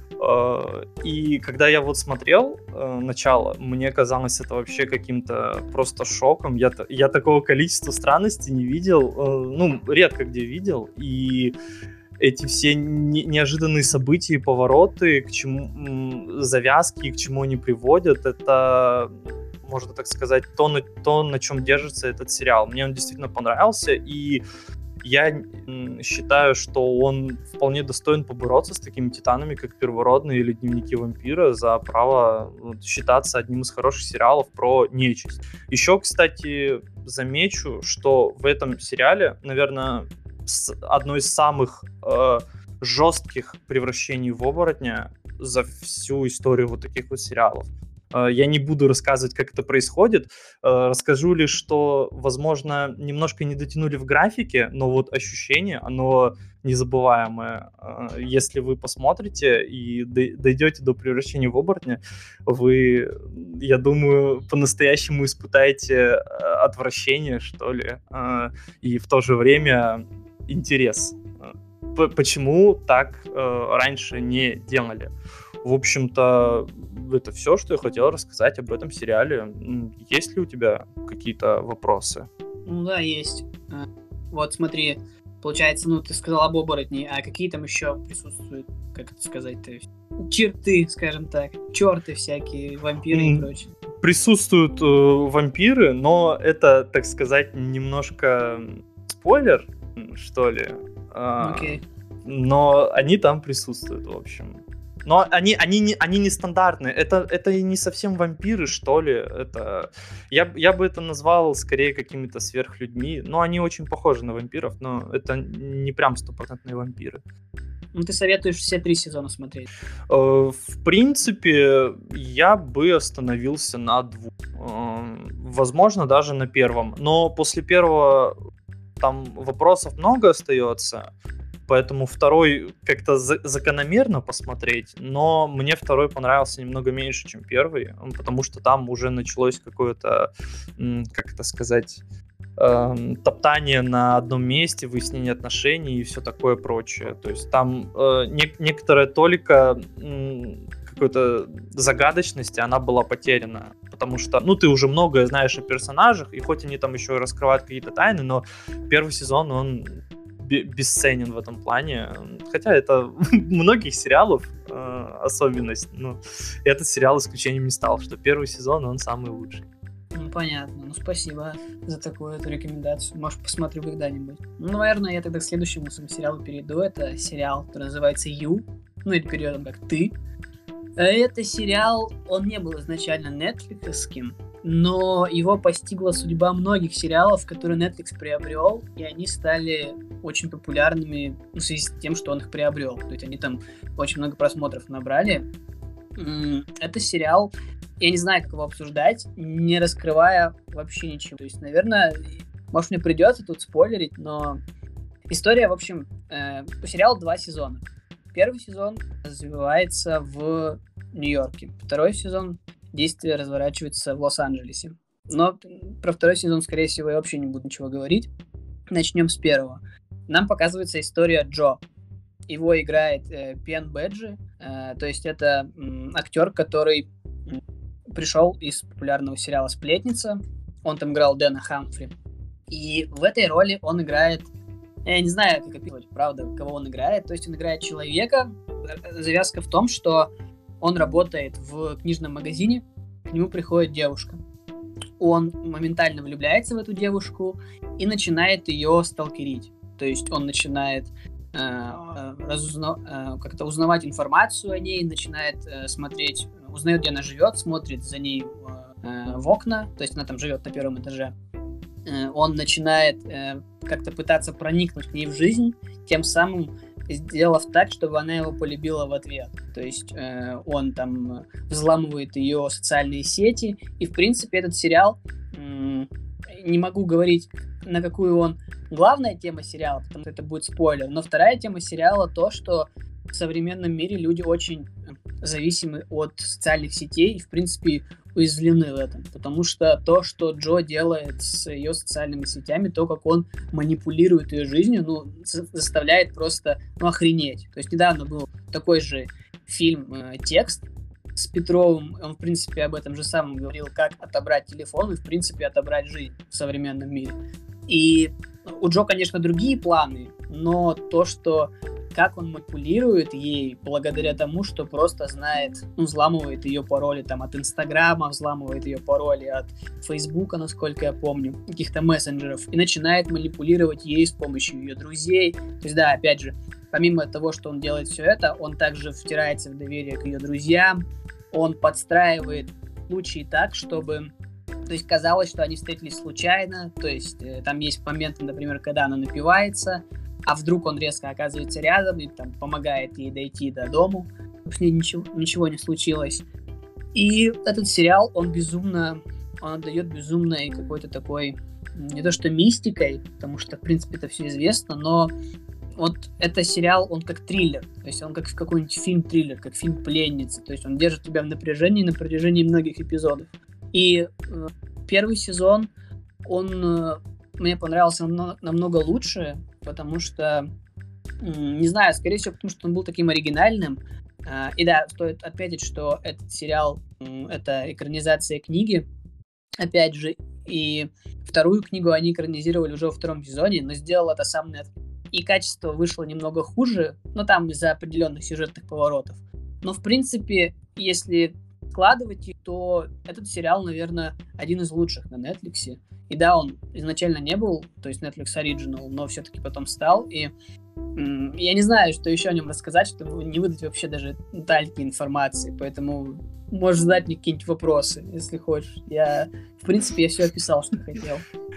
И когда я вот смотрел начало, мне казалось это вообще каким-то просто шоком. Я такого количества странностей не видел, редко где видел. И эти все неожиданные события и повороты, к чему завязки, к чему они приводят, это, можно так сказать, то, на чем держится этот сериал. Мне он действительно понравился, и я считаю, что он вполне достоин побороться с такими титанами, как «Первородные» или «Дневники вампира» за право считаться одним из хороших сериалов про нечисть. Еще, кстати, замечу, что в этом сериале, наверное, одно из самых жестких превращений в оборотня за всю историю вот таких вот сериалов. Я не буду рассказывать, как это происходит. Расскажу лишь, что, возможно, немножко не дотянули в графике, но вот ощущение, оно незабываемое. Если вы посмотрите и дойдете до превращения в оборотня, вы, я думаю, по-настоящему испытаете отвращение, что ли, и в то же время интерес. Почему так раньше не делали? В общем-то, это все, что я хотел рассказать об этом сериале. Есть ли у тебя какие-то вопросы? Ну да, есть. Вот смотри, получается, ты сказал об оборотне, а какие там еще присутствуют, как это сказать-то, черты, скажем так, черты всякие, вампиры и прочее? Присутствуют вампиры, но это, так сказать, немножко спойлер, что ли. Окей. Но они там присутствуют, в общем. Но они не стандартные. Это и не совсем вампиры, что ли. Это я бы это назвал скорее какими-то сверхлюдьми. Но они очень похожи на вампиров, но это не прям стопроцентные вампиры. Ты советуешь все 3 сезона смотреть? В принципе, я бы остановился на 2. Возможно, даже на 1. Но после 1 там вопросов много остается. Поэтому 2 как-то закономерно посмотреть, но мне 2 понравился немного меньше, чем 1, потому что там уже началось какое-то, как это сказать, топтание на одном месте, выяснение отношений и все такое прочее. То есть там некоторая толика какой-то загадочности, она была потеряна. Потому что, ты уже многое знаешь о персонажах, и хоть они там еще раскрывают какие-то тайны, но 1 сезон, он бесценен в этом плане. Хотя это многих сериалов особенность. Но этот сериал исключением не стал, что 1 сезон, он самый лучший. Понятно. Спасибо за такую рекомендацию. Может, посмотрю когда-нибудь. Наверное, я тогда к следующему сериалу перейду. Это сериал, который называется «You». Или переводом как «Ты». Это сериал, он не был изначально нетфликсовским, но его постигла судьба многих сериалов, которые Netflix приобрел, и они стали очень популярными в связи с тем, что он их приобрел. То есть они там очень много просмотров набрали. Это сериал, я не знаю, как его обсуждать, не раскрывая вообще ничего. То есть, наверное, может, мне придется тут спойлерить, но история, в общем, по сериалу 2 сезона. 1 сезон развивается в Нью-Йорке. 2 сезон действие разворачивается в Лос-Анджелесе. Но про 2 сезон, скорее всего, я вообще не буду ничего говорить. Начнем с 1. Нам показывается история Джо. Его играет Пен Бэджи. То есть это актер, который пришел из популярного сериала «Сплетница». Он там играл Дэна Хамфри. И в этой роли он играет... Я не знаю, как описывать, правда, кого он играет. То есть он играет человека. Завязка в том, что он работает в книжном магазине. К нему приходит девушка. Он моментально влюбляется в эту девушку и начинает ее сталкерить. То есть он начинает как-то узнавать информацию о ней, начинает смотреть, узнает, где она живет, смотрит за ней в окна. То есть она там живет на 1 этаже. он начинает как-то пытаться проникнуть к ней в жизнь, тем самым сделав так, чтобы она его полюбила в ответ. То есть он там взламывает ее социальные сети, и в принципе этот сериал, не могу говорить, на какую он главная тема сериала, потому что это будет спойлер, но вторая тема сериала то, что в современном мире люди очень зависимы от социальных сетей и, в принципе, уязвлены в этом. Потому что то, что Джо делает с ее социальными сетями, то, как он манипулирует ее жизнью, заставляет просто, охренеть. То есть недавно был такой же фильм «Текст» с Петровым. Он, в принципе, об этом же самом говорил, как отобрать телефон и, в принципе, отобрать жизнь в современном мире. И у Джо, конечно, другие планы, но то, что как он манипулирует ей благодаря тому, что просто знает, взламывает ее пароли там от Инстаграма, взламывает ее пароли от Фейсбука, насколько я помню, каких-то мессенджеров, и начинает манипулировать ей с помощью ее друзей. То есть, да, опять же, помимо того, что он делает все это, он также втирается в доверие к ее друзьям, он подстраивает случаи так, чтобы... То есть казалось, что они встретились случайно, то есть там есть моменты, например, когда она напивается, а вдруг он резко оказывается рядом и там помогает ей дойти до дому, чтобы с ней ничего не случилось. И этот сериал, он отдает безумной какой-то такой, не то что мистикой, потому что, в принципе, это все известно, но вот это сериал, он как триллер, то есть он как в какой-нибудь фильм-триллер, как фильм «Пленница», то есть он держит тебя в напряжении на протяжении многих эпизодов. И первый сезон, он мне понравился намного лучше, потому что, не знаю, скорее всего, потому что он был таким оригинальным. И да, стоит отметить, что этот сериал — это экранизация книги, опять же, и вторую книгу они экранизировали уже во втором сезоне, но сделал это сам Netflix. И качество вышло немного хуже, но там из-за определенных сюжетных поворотов. Но, в принципе, если складывать их, то этот сериал, наверное, один из лучших на Netflix. И да, он изначально не был, то есть Netflix Original, но все-таки потом стал. И я не знаю, что еще о нем рассказать, чтобы не выдать вообще даже тальки информации. Поэтому можешь задать мне какие-нибудь вопросы, если хочешь. В принципе, я все описал, что хотел.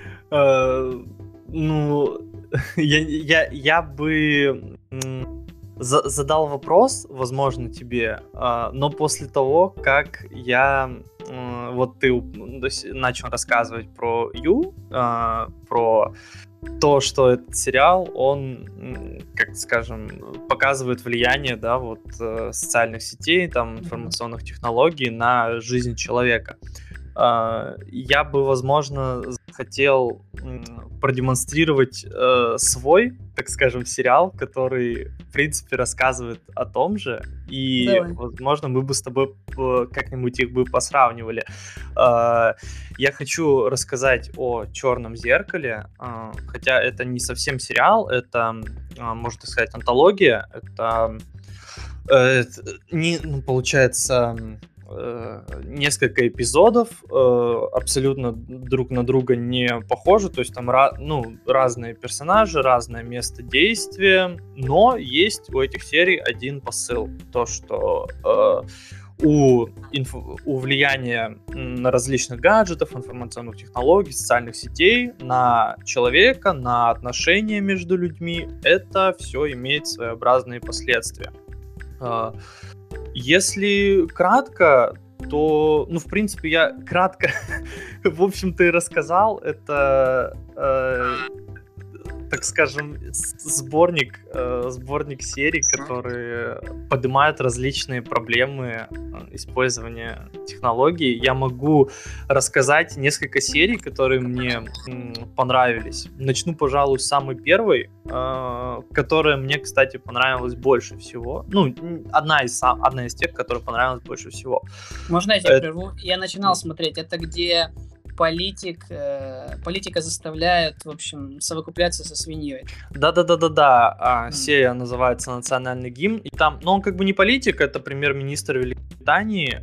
Я бы задал вопрос, возможно, тебе, но после того, как вот ты начал рассказывать про про то, что этот сериал, он, как скажем, показывает влияние, да, вот социальных сетей, там, информационных технологий на жизнь человека. Я бы, возможно, хотел продемонстрировать свой, так скажем, сериал, который, в принципе, рассказывает о том же, и, Давай. возможно, мы бы с тобой как-нибудь их бы посравнивали. Я хочу рассказать о «Черном зеркале», хотя это не совсем сериал, это, можно так сказать, антология, это получается... несколько эпизодов, абсолютно друг на друга не похожи, то есть там разные персонажи, разное место действия, но есть у этих серий один посыл, то, что у влияния на различных гаджетов, информационных технологий, социальных сетей на человека, на отношения между людьми, это все имеет своеобразные последствия. Если кратко, то, в принципе, я кратко, в общем-то, и рассказал. Это, так скажем, сборник серий, которые поднимают различные проблемы использования технологий. Я могу рассказать несколько серий, которые мне понравились. Начну, пожалуй, с самой первой, которая мне, кстати, понравилась больше всего. Одна из тех, которая понравилась больше всего. Можно я тебя прерву? Я начинал смотреть. Это где политика заставляет, в общем, совокупляться со свиньей. Да. Серия называется «Национальный гимн». И там, он как бы не политик, это премьер-министр Великобритании.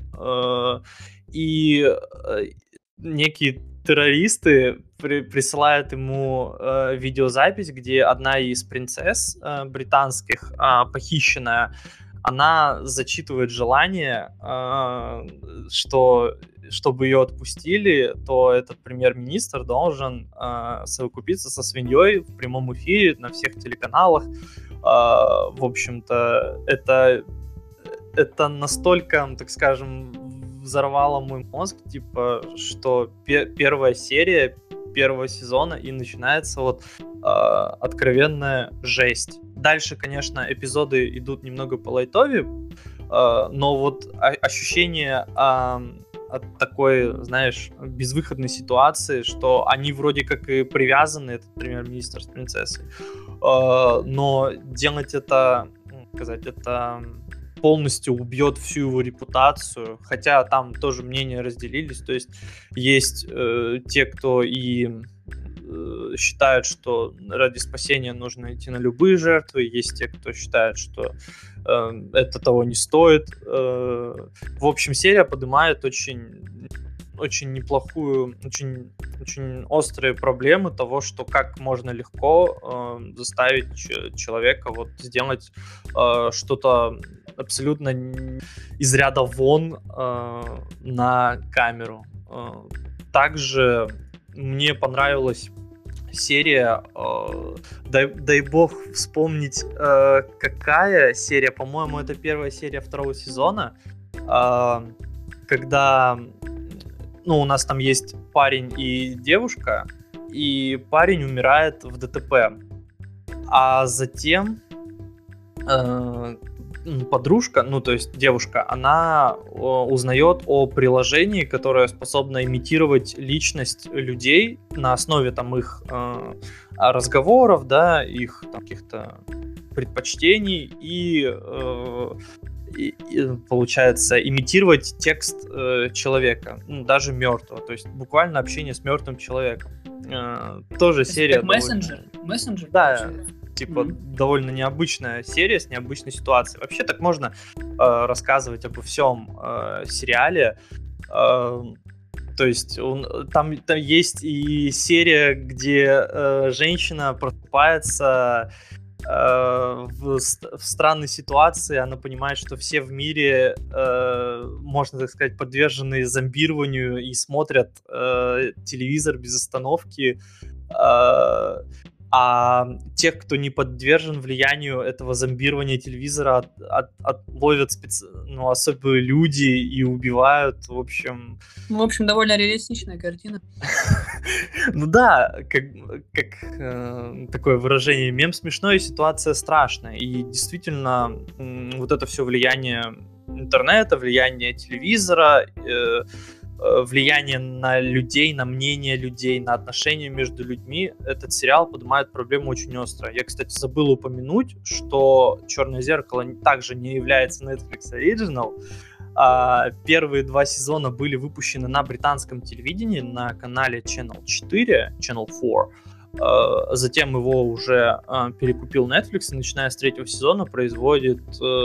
И некие террористы присылают ему видеозапись, где одна из принцесс британских, похищенная, она зачитывает желание, что чтобы ее отпустили, то этот премьер-министр должен совокупиться со свиньей в прямом эфире на всех телеканалах. В общем-то, это настолько, так скажем, взорвало мой мозг, типа, что первая серия первого сезона и начинается вот откровенная жесть. Дальше, конечно, эпизоды идут немного по лайтове, но вот ощущение от такой, знаешь, безвыходной ситуации, что они вроде как и привязаны, этот премьер-министр с принцессой, но делать это, сказать, это полностью убьет всю его репутацию, хотя там тоже мнения разделились, то есть есть те, кто и считают, что ради спасения нужно идти на любые жертвы, есть те, кто считает, что это того не стоит. В общем, серия поднимает очень неплохую, очень острые проблемы того, что как можно легко заставить человека вот сделать что-то абсолютно из ряда вон на камеру. Также мне понравилась серия, дай бог вспомнить, какая серия, по-моему, это первая серия второго сезона, когда, у нас там есть парень и девушка, и парень умирает в ДТП, а затем подружка, то есть девушка, она узнает о приложении, которое способно имитировать личность людей на основе там их разговоров, да, их там, каких-то предпочтений и получается имитировать текст человека, даже мертвого, то есть буквально общение с мертвым человеком. Тоже это серия. Как мессенджер? Мессенджер? Да. Типа, довольно необычная серия с необычной ситуацией. Вообще так можно рассказывать обо всем сериале. То есть там есть и серия, где женщина просыпается в странной ситуации, она понимает, что все в мире, можно так сказать, подвержены зомбированию и смотрят телевизор без остановки. А тех, кто не подвержен влиянию этого зомбирования телевизора, отловят особые люди и убивают, в общем... В общем, довольно реалистичная картина. Ну да, как такое выражение, мем смешной, ситуация страшная. И действительно, вот это все влияние интернета, влияние телевизора... влияние на людей, на мнение людей, на отношения между людьми, этот сериал поднимает проблему очень остро. Я, кстати, забыл упомянуть, что «Черное зеркало» также не является Netflix Original. Первые 2 сезона были выпущены на британском телевидении на канале Channel 4, Channel 4. Затем его уже перекупил Netflix и, начиная с 3-го сезона, производит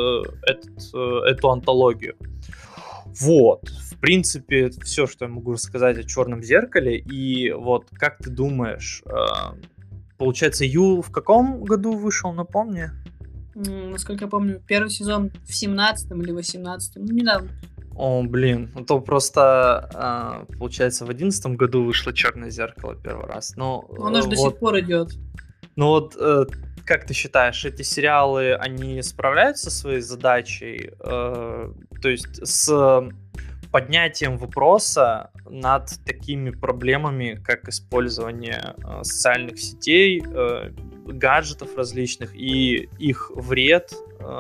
эту антологию. Вот, в принципе, все, что я могу рассказать о «Черном зеркале». И вот, как ты думаешь, получается, Ю в каком году вышел, напомни? Насколько я помню, первый сезон в 17-м или 18-м, недавно. О, блин, то просто, получается, в 11-м году вышло «Черное зеркало» первый раз. Оно же до сих пор идет. Ну вот, как ты считаешь, эти сериалы, они справляются со своей задачей? То есть с поднятием вопроса над такими проблемами, как использование социальных сетей, гаджетов различных и их вред.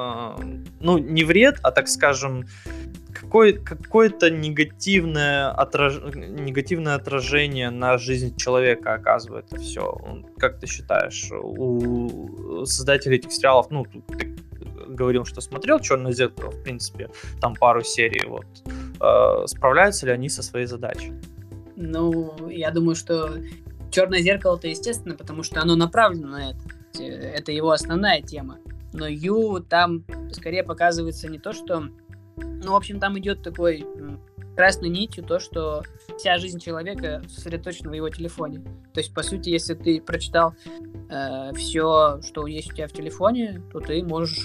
Не вред, а, так скажем, какое-то негативное отражение на жизнь человека оказывает это все. Как ты считаешь, у создателей этих сериалов, ты говорил, что смотрел «Черное зеркало», в принципе, там пару серий, вот, справляются ли они со своей задачей? Я думаю, что «Черное зеркало»-то естественно, потому что оно направлено на это. Это его основная тема. Но Ю там скорее показывается не то, что... в общем, там идет такой красной нитью то, что вся жизнь человека сосредоточена в его телефоне. То есть, по сути, если ты прочитал все, что есть у тебя в телефоне, то ты можешь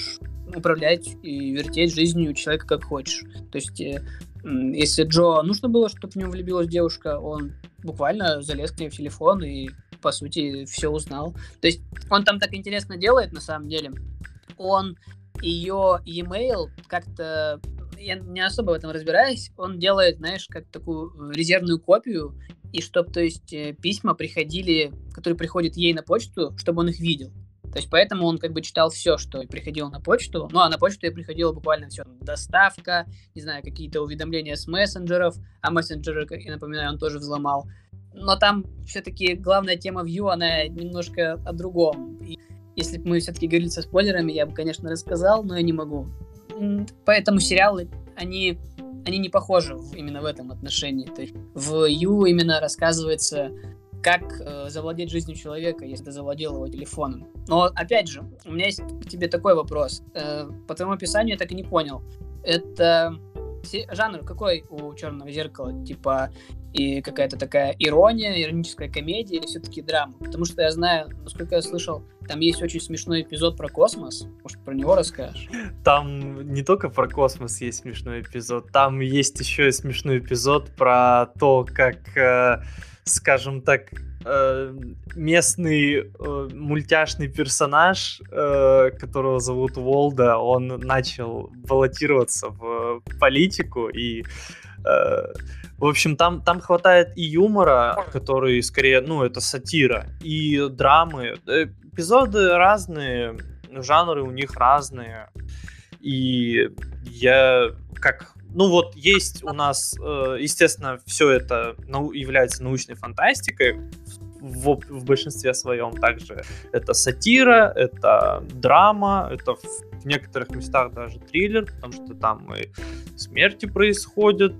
управлять и вертеть жизнью человека как хочешь. То есть, если Джо нужно было, чтобы в него влюбилась девушка, он буквально залез к ней в телефон и, по сути, все узнал. То есть, он там так интересно делает, на самом деле. Он ее e-mail как-то... Я не особо в этом разбираюсь. Он делает, знаешь, как такую резервную копию, и чтобы, то есть, письма приходили, которые приходят ей на почту, чтобы он их видел. То есть, поэтому он как бы читал все, что приходило на почту. Ну, а на почту и приходило буквально все. Доставка, не знаю, какие-то уведомления с мессенджеров. А мессенджеры, я напоминаю, он тоже взломал. Но там все-таки главная тема View, она немножко о другом. И если бы мы все-таки говорили со спойлерами, я бы, конечно, рассказал, но я не могу. Поэтому сериалы, они не похожи именно в этом отношении. То есть в You именно рассказывается, как завладеть жизнью человека, если ты завладел его телефоном. Но, опять же, у меня есть к тебе такой вопрос. По твоему описанию я так и не понял. Это жанр какой у «Черного зеркала»? Типа и какая-то такая ирония, ироническая комедия или все-таки драма? Потому что я знаю, насколько я слышал, там есть очень смешной эпизод про космос. Может, про него расскажешь? Там не только про космос есть смешной эпизод, там есть еще и смешной эпизод про то, как, скажем так, местный мультяшный персонаж, которого зовут Волда, он начал баллотироваться в политику, и в общем, там хватает и юмора, который скорее, это сатира, и драмы. Эпизоды разные, жанры у них разные. И есть у нас, естественно, все это является научной фантастикой в большинстве своем. Также это сатира, это драма, это в некоторых местах даже триллер, потому что там и смерти происходят.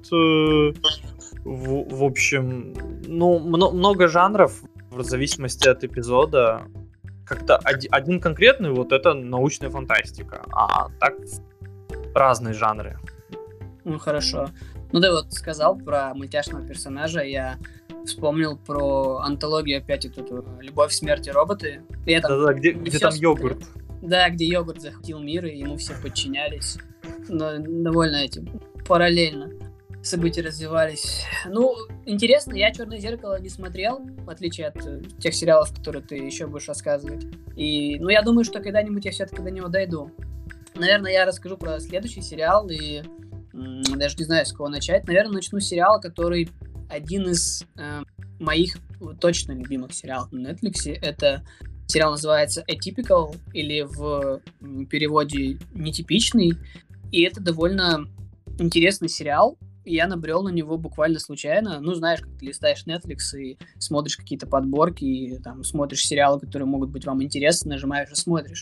В общем, много жанров в зависимости от эпизода. Как-то один конкретный, вот это научная фантастика, а так разные жанры. Ну, хорошо. Ну, ты вот сказал про мультяшного персонажа, я вспомнил про антологию опять эту «Любовь, смерть и роботы». Где там йогурт. Да, где йогурт захватил мир, и ему все подчинялись. Но довольно параллельно события развивались. Ну, интересно, я «Черное зеркало» не смотрел, в отличие от тех сериалов, которые ты еще будешь рассказывать. И, я думаю, что когда-нибудь я все-таки до него дойду. Наверное, я расскажу про следующий сериал, и даже не знаю, с кого начать. Наверное, начну с сериала, который один из моих точно любимых сериалов на Netflix. Это сериал называется Atypical, или в переводе «Нетипичный». И это довольно интересный сериал. Я набрел на него буквально случайно. Ну, знаешь, как ты листаешь Netflix и смотришь какие-то подборки, и там смотришь сериалы, которые могут быть вам интересны, нажимаешь и смотришь.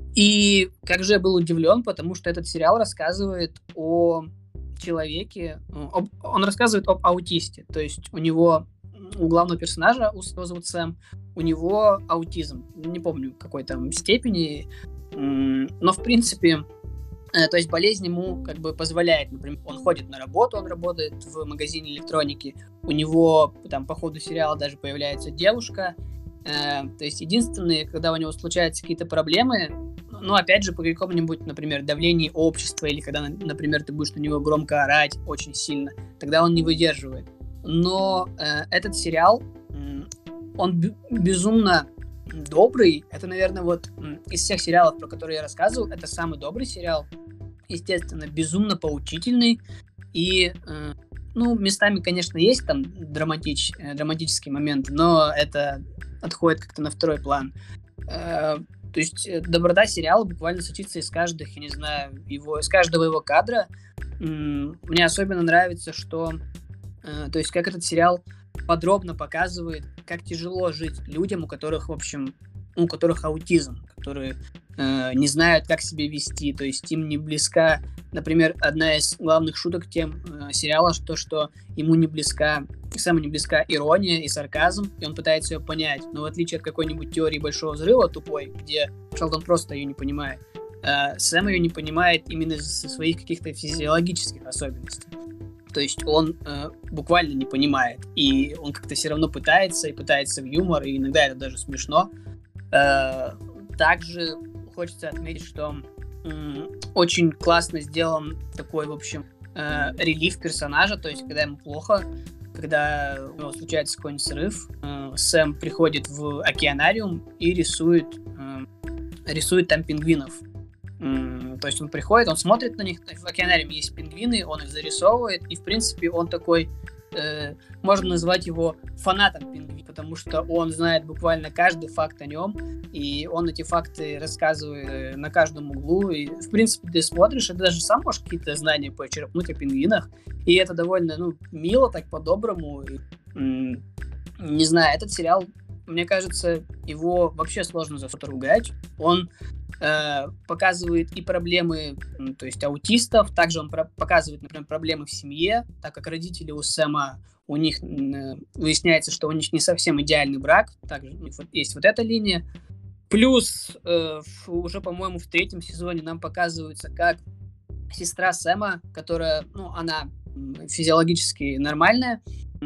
И как же я был удивлен, потому что этот сериал рассказывает о человеке, он рассказывает об аутисте, то есть у главного персонажа, его зовут Сэм, у него аутизм, не помню какой там степени, но в принципе, то есть болезнь ему как бы позволяет, например, он ходит на работу, он работает в магазине электроники, у него там по ходу сериала даже появляется девушка, то есть единственное, когда у него случаются какие-то проблемы, опять же, по какому-нибудь, например, давлению общества, или когда, например, ты будешь на него громко орать очень сильно, тогда он не выдерживает. Но этот сериал, он безумно добрый. Это, наверное, вот из всех сериалов, про которые я рассказывал, это самый добрый сериал. Естественно, безумно поучительный. И, местами, конечно, есть там драматические моменты, но это отходит как-то на второй план. То есть доброта сериала буквально сочится из каждого его кадра. Мне особенно нравится, что то есть как этот сериал подробно показывает, как тяжело жить людям, у которых, в общем, у которых аутизм, которые не знают, как себя вести, то есть им не близка, например, одна из главных шуток сериала, что ему Сэму не близка ирония и сарказм, и он пытается ее понять, но в отличие от какой-нибудь теории Большого Взрыва тупой, где Шелдон просто ее не понимает, Сэм ее не понимает именно из-за своих каких-то физиологических особенностей. То есть он буквально не понимает, и он как-то все равно пытается в юмор, и иногда это даже смешно. Также хочется отметить, что очень классно сделан такой, в общем, релиф персонажа, то есть когда ему плохо, когда у него случается какой-нибудь срыв, Сэм приходит в океанариум и рисует там пингвинов. То есть он приходит, он смотрит на них, в океанариуме есть пингвины, он их зарисовывает, и в принципе он такой, можно назвать его фанатом пингвина, потому что он знает буквально каждый факт о нем, и он эти факты рассказывает на каждом углу, и в принципе ты смотришь, и даже сам можешь какие-то знания почерпнуть о пингвинах, и это довольно, мило, так по-доброму, и, не знаю, этот сериал, мне кажется, его вообще сложно за что-то ругать, он показывает и проблемы, то есть аутистов, также он показывает, например, проблемы в семье, так как родители у Сэма, у них выясняется, что у них не совсем идеальный брак, также у них есть вот эта линия. Плюс уже, по-моему, в 3-м сезоне нам показывается, как сестра Сэма, которая, она физиологически нормальная,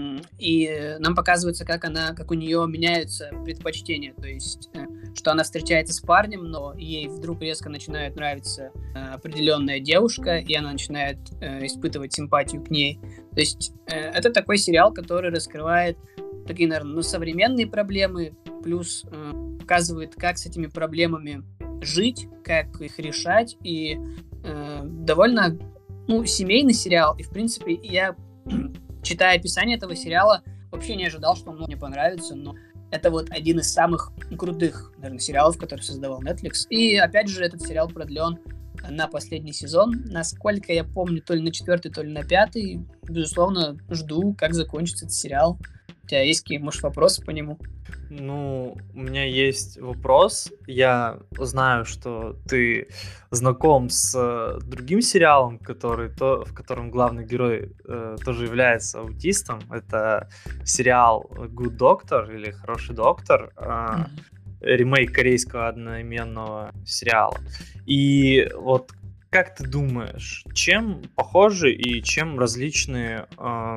и нам показывается, как у нее меняются предпочтения, то есть, что она встречается с парнем, но ей вдруг резко начинает нравиться определенная девушка, и она начинает испытывать симпатию к ней. То есть, это такой сериал, который раскрывает такие, наверное, современные проблемы, плюс показывает, как с этими проблемами жить, как их решать, и довольно, семейный сериал, и, в принципе, я... Читая описание этого сериала, вообще не ожидал, что он мне понравится, но это вот один из самых крутых, наверное, сериалов, который создавал Netflix. И, опять же, этот сериал продлен на последний сезон. Насколько я помню, то ли на 4-й, то ли на 5-й. Безусловно, жду, как закончится этот сериал. У тебя есть какие, может, вопросы по нему? У меня есть вопрос. Я знаю, что ты знаком с другим сериалом, в котором главный герой тоже является аутистом. Это сериал Good Doctor или Хороший доктор, ремейк корейского одноименного сериала. И вот как ты думаешь, чем похожи и чем различны?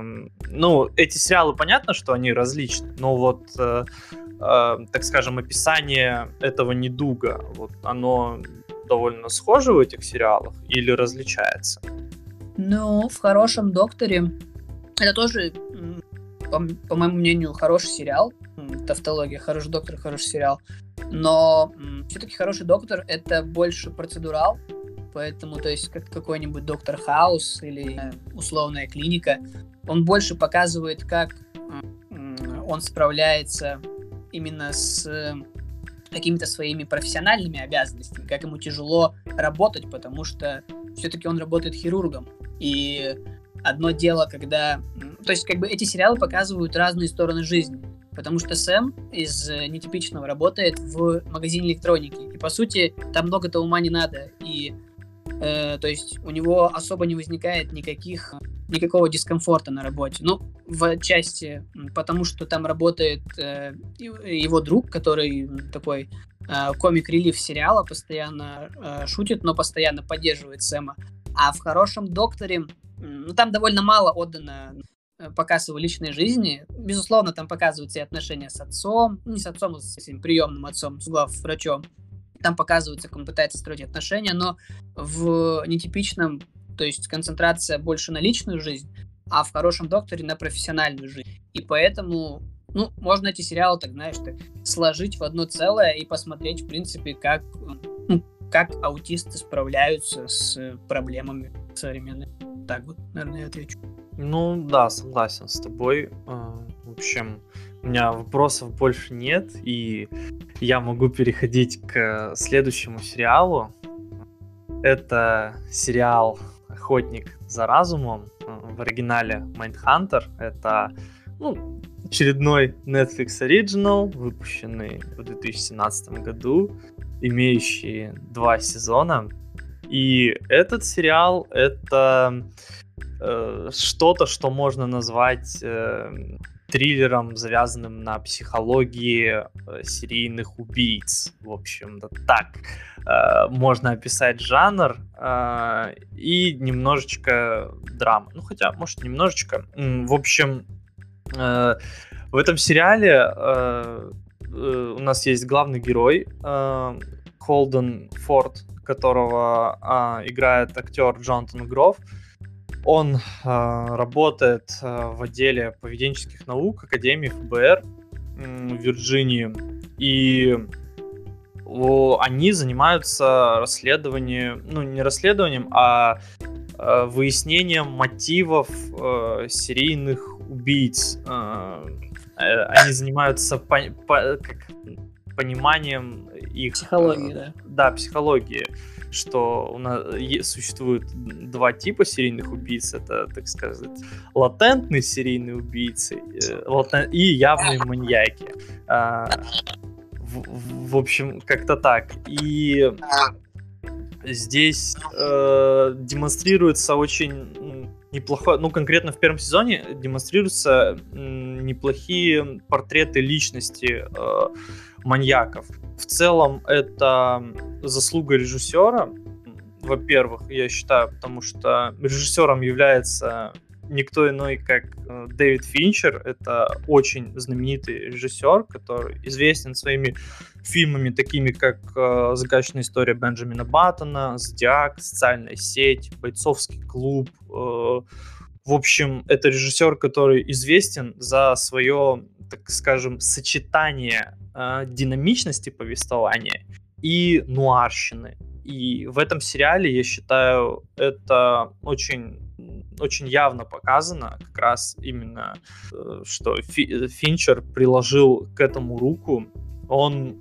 Эти сериалы, понятно, что они различны, но вот, так скажем, описание этого недуга, вот оно довольно схоже в этих сериалах или различается? В «Хорошем докторе» это тоже, по моему мнению, хороший сериал. Тавтология, «Хороший доктор», хороший сериал. Но все-таки «Хороший доктор» — это больше процедурал. Поэтому, то есть, как какой-нибудь Доктор Хаус или условная клиника, он больше показывает, как он справляется именно с какими-то своими профессиональными обязанностями, как ему тяжело работать, потому что все-таки он работает хирургом. И одно дело, когда... То есть, эти сериалы показывают разные стороны жизни. Потому что Сэм из «Нетипичного» работает в магазине электроники. И, по сути, там много-то ума не надо. И то есть у него особо не возникает никакого дискомфорта на работе. В части, потому что там работает его друг, который такой комик-релив сериала, постоянно шутит, но постоянно поддерживает Сэма. А в «Хорошем докторе» там довольно мало отдано показ его личной жизни. Безусловно, там показываются и отношения с отцом, не с отцом, а с этим приемным отцом, с главврачом. Там показывается, как он пытается строить отношения, но в «Нетипичном», то есть концентрация больше на личную жизнь, а в «Хорошем докторе» на профессиональную жизнь. И поэтому, можно эти сериалы, так сложить в одно целое и посмотреть, в принципе, как аутисты справляются с проблемами современными. Так вот, наверное, я отвечу. Да, согласен с тобой. В общем, у меня вопросов больше нет, и я могу переходить к следующему сериалу. Это сериал «Охотник за разумом», в оригинале «Майндхантер». Это очередной Netflix Original, выпущенный в 2017 году, имеющий 2 сезона. И этот сериал — это что-то, что можно назвать триллером, завязанным на психологии серийных убийц. В общем-то, так можно описать жанр, и немножечко драмы. Хотя, может, немножечко. В общем, в этом сериале у нас есть главный герой Холден Форд, которого играет актер Джонатан Гроф, он работает в отделе поведенческих наук Академии ФБР в Вирджинии, и они занимаются расследованием, не расследованием, а выяснением мотивов серийных убийц. Они занимаются пониманием их... Психологии, да. Да, психологии, что у нас существует два типа серийных убийц. Это, так сказать, латентные серийные убийцы и явные маньяки. В общем, как-то так. И здесь демонстрируется очень неплохо, конкретно в первом сезоне демонстрируются неплохие портреты личности маньяков. В целом это заслуга режиссера, во-первых, я считаю, потому что режиссером является никто иной, как Дэвид Финчер. Это очень знаменитый режиссер, который известен своими фильмами, такими как «Загадочная история Бенджамина Баттона», «Зодиак», «Социальная сеть», «Бойцовский клуб». В общем, это режиссер, который известен за свое, так скажем, сочетание динамичности повествования и нуарщины. И в этом сериале, я считаю, это очень явно показано, как раз именно, что Финчер приложил к этому руку. Он,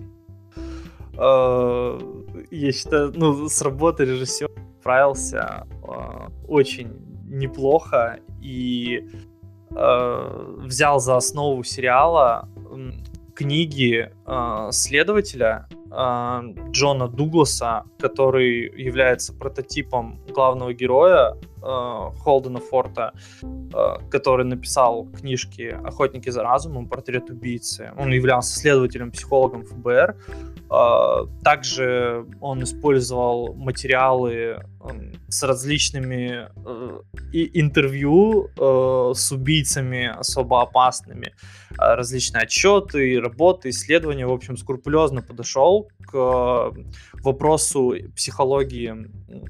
я считаю, с работы режиссера справился очень неплохо и взял за основу сериала книги следователя Джона Дугласа, который является прототипом главного героя Холдена Форта, который написал книжки «Охотники за разумом», «Портрет убийцы». Он являлся следователем-психологом ФБР. Также он использовал материалы с различными интервью с убийцами особо опасными, различные отчеты, работы, исследования. В общем, скрупулезно подошел к вопросу психологии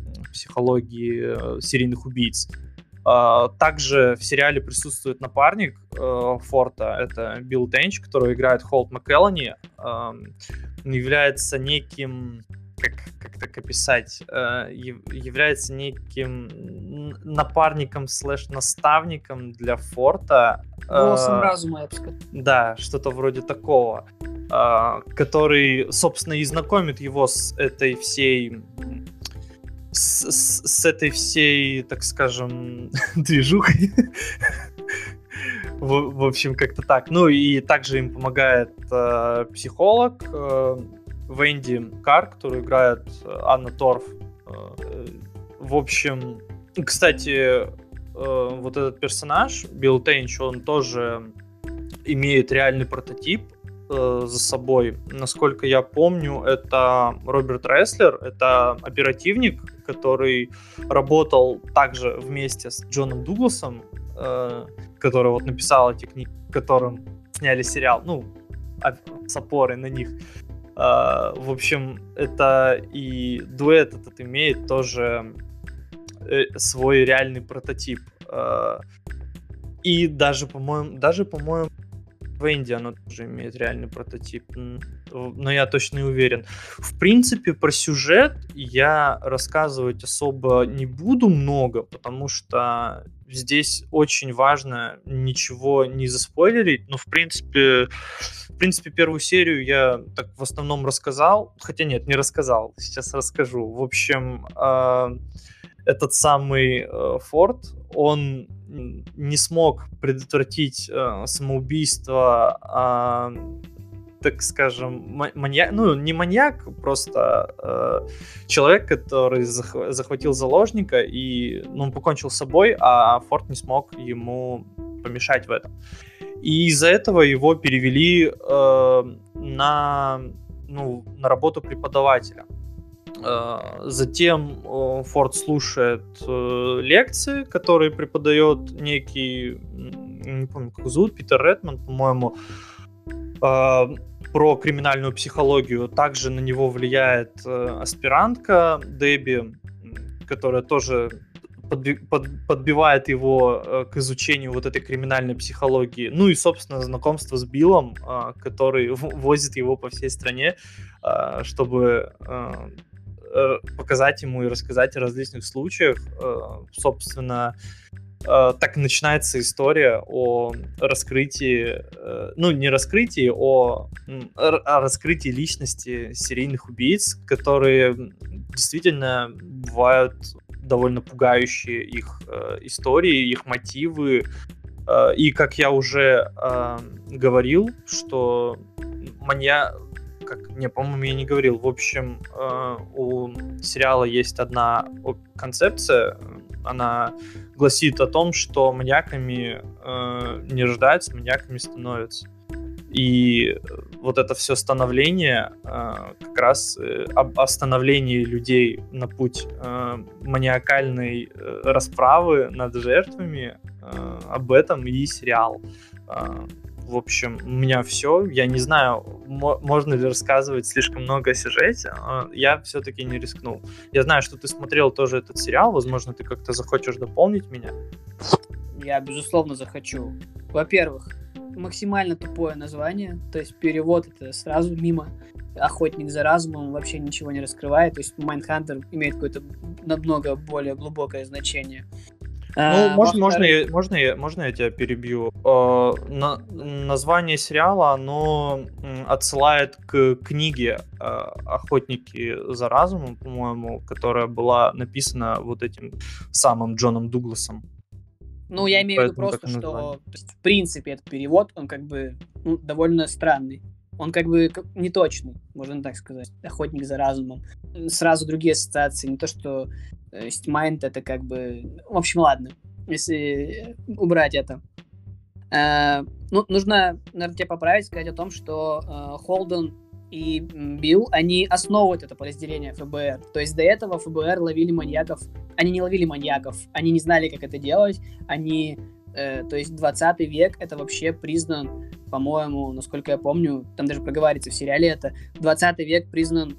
серийных убийц. Также в сериале присутствует напарник Форта, это Билл Тенч, который играет Холт МакКеллани. Он является неким, как так описать, является неким напарником / для Форта. Голосом разума, я бы сказал. Да, что-то вроде такого. Который, собственно, и знакомит его с этой всей, так скажем, движухой. В общем, как-то так. И также им помогает психолог Венди Карр, которую играет Анна Торф. В общем, кстати, вот этот персонаж, Билл Тенч, он тоже имеет реальный прототип за собой. Насколько я помню, это Роберт Реслер, это оперативник, который работал также вместе с Джоном Дугласом, который вот написал эти книги, которым сняли сериал, с опорой на них. В общем, это и дуэт этот имеет тоже свой реальный прототип. И даже, по-моему, Венди оно тоже имеет реальный прототип, но я точно не уверен. В принципе, про сюжет я рассказывать особо не буду много, потому что здесь очень важно ничего не заспойлерить. Но в принципе, первую серию я так в основном рассказал. Хотя нет, не рассказал. Сейчас расскажу. В общем, этот самый Форд, он не смог предотвратить самоубийство, так скажем, маньяк, не маньяк, просто человек, который захватил заложника, и он покончил с собой, а Форд не смог ему помешать в этом. И из-за этого его перевели на работу преподавателя. Затем Форд слушает лекции, которые преподает некий, не помню, как зовут, Питер Редмонд, по-моему. про криминальную психологию. Также на него влияет аспирантка Дебби, которая тоже подбивает его к изучению вот этой криминальной психологии. Ну и, собственно, знакомство с Биллом, который возит его по всей стране, чтобы показать ему и рассказать о различных случаях. Собственно, так начинается история о раскрытии, ну, не раскрытии, о раскрытии личности серийных убийц, которые действительно бывают довольно пугающие, их истории, их мотивы. И, как я уже говорил, что по-моему, я не говорил. В общем, у сериала есть одна концепция. Она гласит о том, что маньяками не рождаются, маньяками становятся. И вот это все становление, как раз о становлении людей на путь маниакальной расправы над жертвами, об этом и сериал. В общем, у меня все. Я не знаю, можно ли рассказывать слишком много о сюжете. Я все-таки не рискнул. Я знаю, что ты смотрел тоже этот сериал. Возможно, ты как-то захочешь дополнить меня. Я, безусловно, захочу. Во-первых, максимально тупое название. То есть перевод это сразу мимо. Охотник за разумом вообще ничего не раскрывает. То есть Майндхантер имеет какое-то намного более глубокое значение. Ну, можно я тебя перебью? Название сериала, оно отсылает к книге «Охотники за разумом», по-моему, которая была написана вот этим самым Джоном Дугласом. Ну, я имею в виду просто, что в принципе этот перевод, он как бы довольно странный. Он как бы неточный, можно так сказать. Охотник за разумом. Сразу другие ассоциации. Не то, что Mind это как бы... В общем, ладно. Если убрать это. Нужно, наверное, тебе поправить, сказать о том, что Холден и Билл, они основывают это подразделение ФБР. То есть до этого ФБР ловили маньяков. Они не ловили маньяков. Они не знали, как это делать. То есть 20 век это вообще признан, по-моему, насколько я помню, там даже проговаривается в сериале это, 20 век признан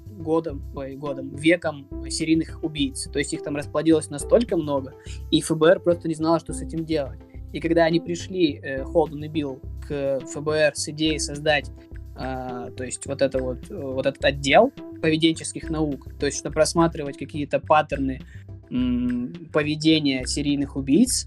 веком серийных убийц. То есть их там расплодилось настолько много, и ФБР просто не знало, что с этим делать. И когда они пришли, Холден и Билл, к ФБР с идеей создать то есть вот этот отдел поведенческих наук, то есть чтобы просматривать какие-то паттерны поведения серийных убийц,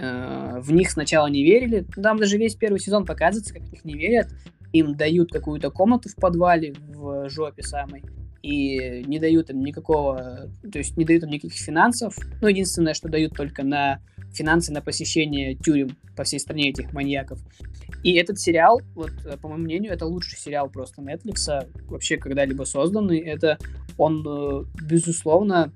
в них сначала не верили. Там даже весь первый сезон показывается, как в них не верят. Им дают какую-то комнату в подвале, в жопе самой, и не дают им никаких финансов. Ну, единственное, что дают только на финансы на посещение тюрем по всей стране этих маньяков. И этот сериал, вот, по моему мнению, это лучший сериал просто Netflix, вообще когда-либо созданный. Это он, безусловно,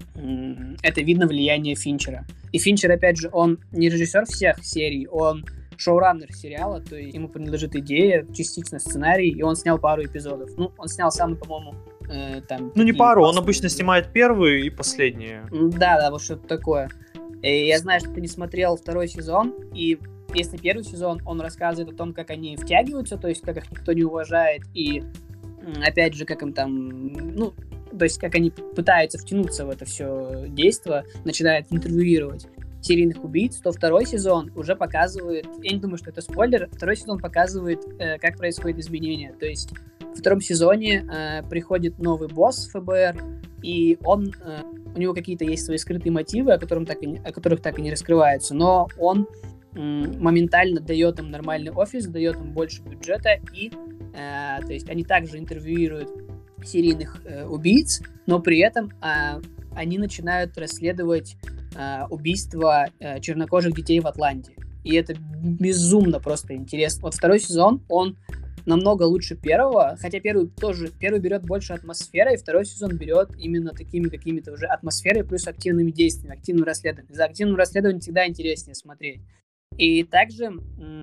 это видно влияние Финчера. И Финчер, опять же, он не режиссер всех серий, он шоураннер сериала, то есть ему принадлежит идея, частично сценарий, и он снял пару эпизодов. Ну, он снял самый, по-моему, там... Ну, не пару, он обычно снимает первые и последние. Да, вот что-то такое. И я знаю, что ты не смотрел второй сезон, и если первый сезон, он рассказывает о том, как они втягиваются, то есть как их никто не уважает, и, опять же, как им там... Ну, то есть как они пытаются втянуться в это все действо, начинают интервьюировать серийных убийц, то второй сезон уже показывает, я не думаю, что это спойлер, второй сезон показывает, как происходит изменение. То есть во втором сезоне приходит новый босс ФБР, и у него какие-то есть свои скрытые мотивы, о которых так и не раскрываются, но он моментально дает им нормальный офис, дает им больше бюджета, и то есть они также интервьюируют серийных убийц, но при этом они начинают расследовать убийства чернокожих детей в Атланте. И это безумно просто интересно. Вот второй сезон, он намного лучше первого, хотя первый берет больше атмосферы, и второй сезон берет именно такими какими-то уже атмосферой плюс активными действиями, активным расследованием. За активным расследованием всегда интереснее смотреть. И также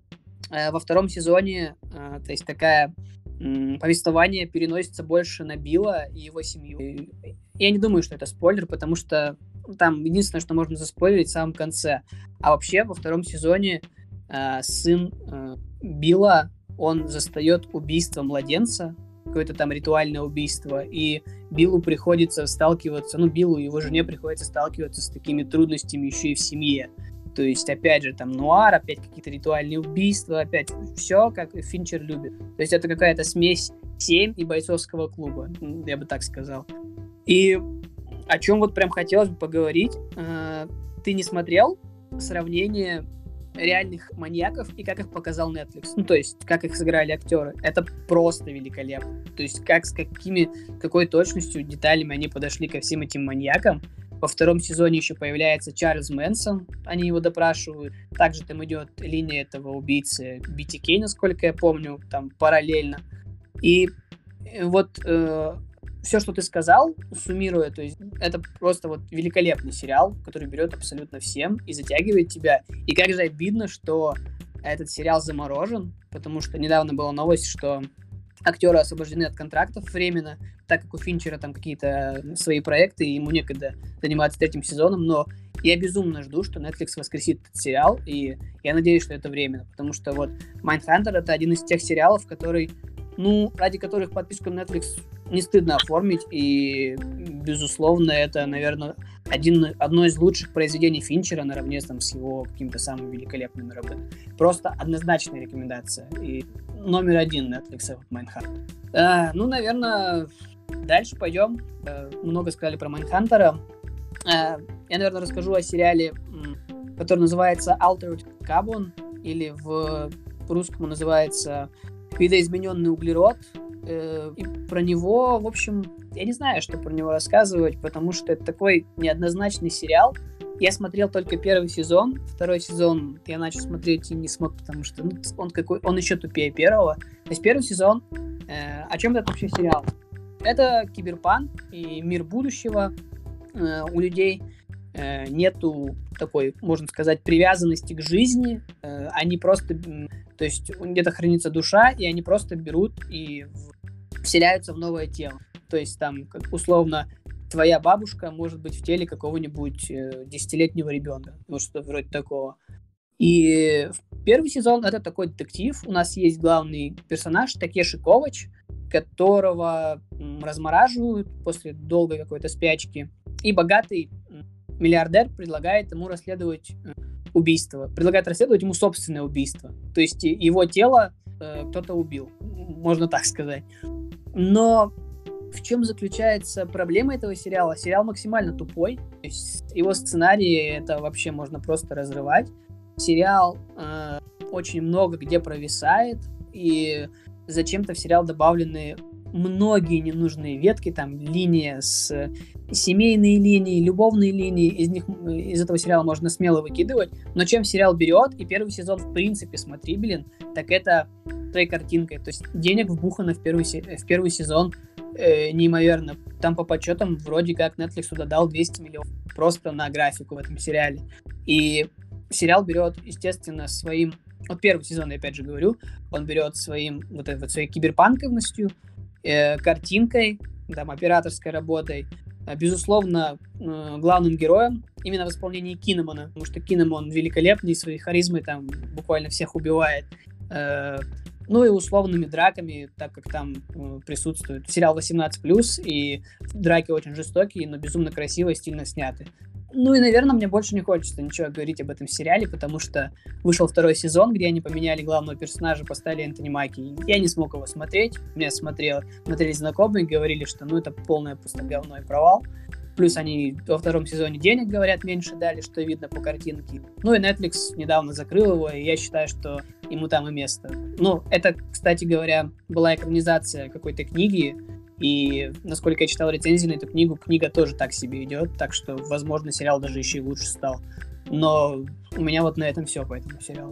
во втором сезоне, то есть такая повествование переносится больше на Билла и его семью. Я не думаю, что это спойлер, потому что там единственное, что можно заспойлерить в самом конце. А вообще во втором сезоне сын Билла он застает убийство младенца, какое-то там ритуальное убийство, и Биллу приходится сталкиваться, Биллу и его жене приходится сталкиваться с такими трудностями еще и в семье. То есть, опять же, там нуар, опять какие-то ритуальные убийства, опять все, как Финчер любит. То есть, это какая-то смесь 7 и бойцовского клуба, я бы так сказал. И о чем вот прям хотелось бы поговорить. Ты не смотрел сравнение реальных маньяков и как их показал Netflix? То есть, как их сыграли актеры. Это просто великолепно. То есть, какой точностью, деталями они подошли ко всем этим маньякам. Во втором сезоне еще появляется Чарльз Мэнсон, они его допрашивают. Также там идет линия этого убийцы BTK, насколько я помню, там параллельно. И вот все, что ты сказал, суммируя, то есть это просто вот великолепный сериал, который берет абсолютно всем и затягивает тебя. И как же обидно, что этот сериал заморожен, потому что недавно была новость, что актеры освобождены от контрактов временно, так как у Финчера там какие-то свои проекты, и ему некогда заниматься третьим сезоном, но я безумно жду, что Netflix воскресит этот сериал, и я надеюсь, что это временно, потому что вот Mindhunter — это один из тех сериалов, ради которых подписку на Netflix не стыдно оформить, и, безусловно, это, наверное, одно из лучших произведений Финчера наравне с его какими-то самыми великолепными работами. Просто однозначная рекомендация. И номер 1 Netflix — Mindhunter. Наверное, дальше пойдем. Много сказали про Mindhunter. Я, наверное, расскажу о сериале, который называется Altered Carbon, или в русском называется «Видоизмененный углерод». И про него, в общем, я не знаю, что про него рассказывать, потому что это такой неоднозначный сериал. Я смотрел только первый сезон, второй сезон я начал смотреть и не смог, потому что он еще тупее первого. То есть первый сезон, о чем этот вообще сериал? Это киберпанк и мир будущего. У людей нету такой, можно сказать, привязанности к жизни. Они просто, то есть где-то хранится душа, и они просто берут и вселяются в новое тело. То есть там, как условно, твоя бабушка может быть в теле какого-нибудь 10-летнего ребенка. Вот что-то вроде такого. И первый сезон — это такой детектив. У нас есть главный персонаж Такеши Ковач, которого размораживают после долгой какой-то спячки. И богатый миллиардер предлагает ему расследовать убийство. Предлагает расследовать ему собственное убийство. То есть его тело кто-то убил. Можно так сказать. Но в чем заключается проблема этого сериала? Сериал максимально тупой. То есть его сценарий это вообще можно просто разрывать. Сериал очень много где провисает. И зачем-то в сериал добавлены многие ненужные ветки. Там линия с семейные линии, любовные линии. Из этого сериала можно смело выкидывать. Но чем сериал берет, и первый сезон в принципе смотрибелен, так это той картинкой. То есть денег вбухано в первый сезон неимоверно. Там по подсчетам вроде как Netflix туда дал 200 миллионов просто на графику в этом сериале. И сериал берет, естественно, своим... Вот первый сезон, я опять же говорю, он берет своей киберпанковностью, картинкой, там, операторской работой, безусловно, главным героем именно в исполнении Киннамана, потому что Киннаман великолепный, своей харизмой там буквально всех убивает. И условными драками, так как там присутствует сериал 18+, и драки очень жестокие, но безумно красиво и стильно сняты. И, наверное, мне больше не хочется ничего говорить об этом сериале, потому что вышел второй сезон, где они поменяли главного персонажа, поставили Энтони Маки. Я не смог его смотреть. Меня смотрели знакомые, говорили, что это полное просто говно и провал. Плюс они во втором сезоне денег, говорят, меньше дали, что видно по картинке. И Netflix недавно закрыл его, и я считаю, что ему там и место. Это, кстати говоря, была экранизация какой-то книги, и, насколько я читал рецензии на эту книгу, книга тоже так себе идет, так что, возможно, сериал даже еще и лучше стал. Но у меня вот на этом все по этому сериалу.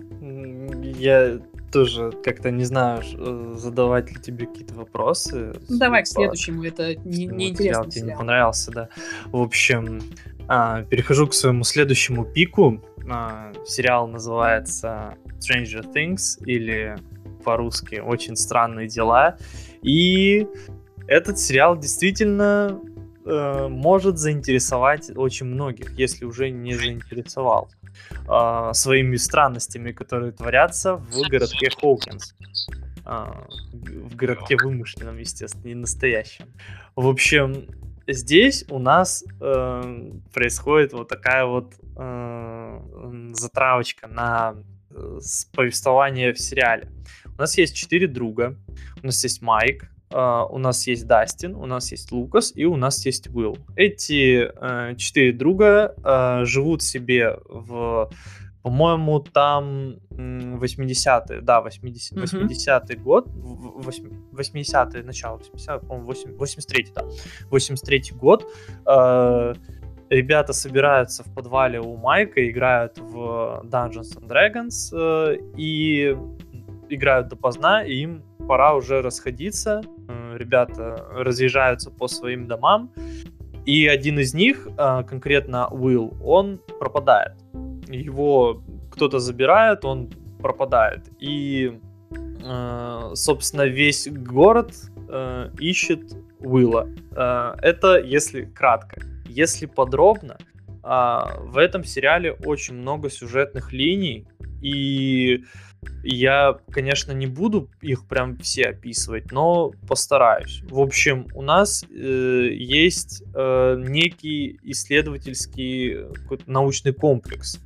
Я тоже как-то не знаю, задавать ли тебе какие-то вопросы. Давай к следующему, это неинтересно. Тебе не понравился, да. В общем, перехожу к своему следующему пику. Сериал называется Stranger Things, или по-русски «Очень странные дела». И этот сериал действительно может заинтересовать очень многих, если уже не заинтересовал, своими странностями, которые творятся в городке Хоукинс. в городке вымышленном, естественно, не настоящем. В общем, здесь у нас происходит вот такая вот затравочка на повествование в сериале. У нас есть 4 друга, у нас есть Майк, у нас есть Дастин, у нас есть Лукас и у нас есть Уилл. Эти 4 друга живут себе в, по-моему, там 80-е, да, 80-й год, 80-е, начало 80-е, по-моему, 83-й, да, 83-й год. Ребята собираются в подвале у Майка, играют в Dungeons and Dragons и играют допоздна, и им пора уже расходиться. Ребята разъезжаются по своим домам, и один из них, конкретно Уилл, он пропадает. Его кто-то забирает, он пропадает. И, собственно, весь город ищет Уилла. Это если кратко. Если подробно, в этом сериале очень много сюжетных линий, и я, конечно, не буду их прям все описывать, но постараюсь. В общем, у нас есть некий исследовательский научный комплекс,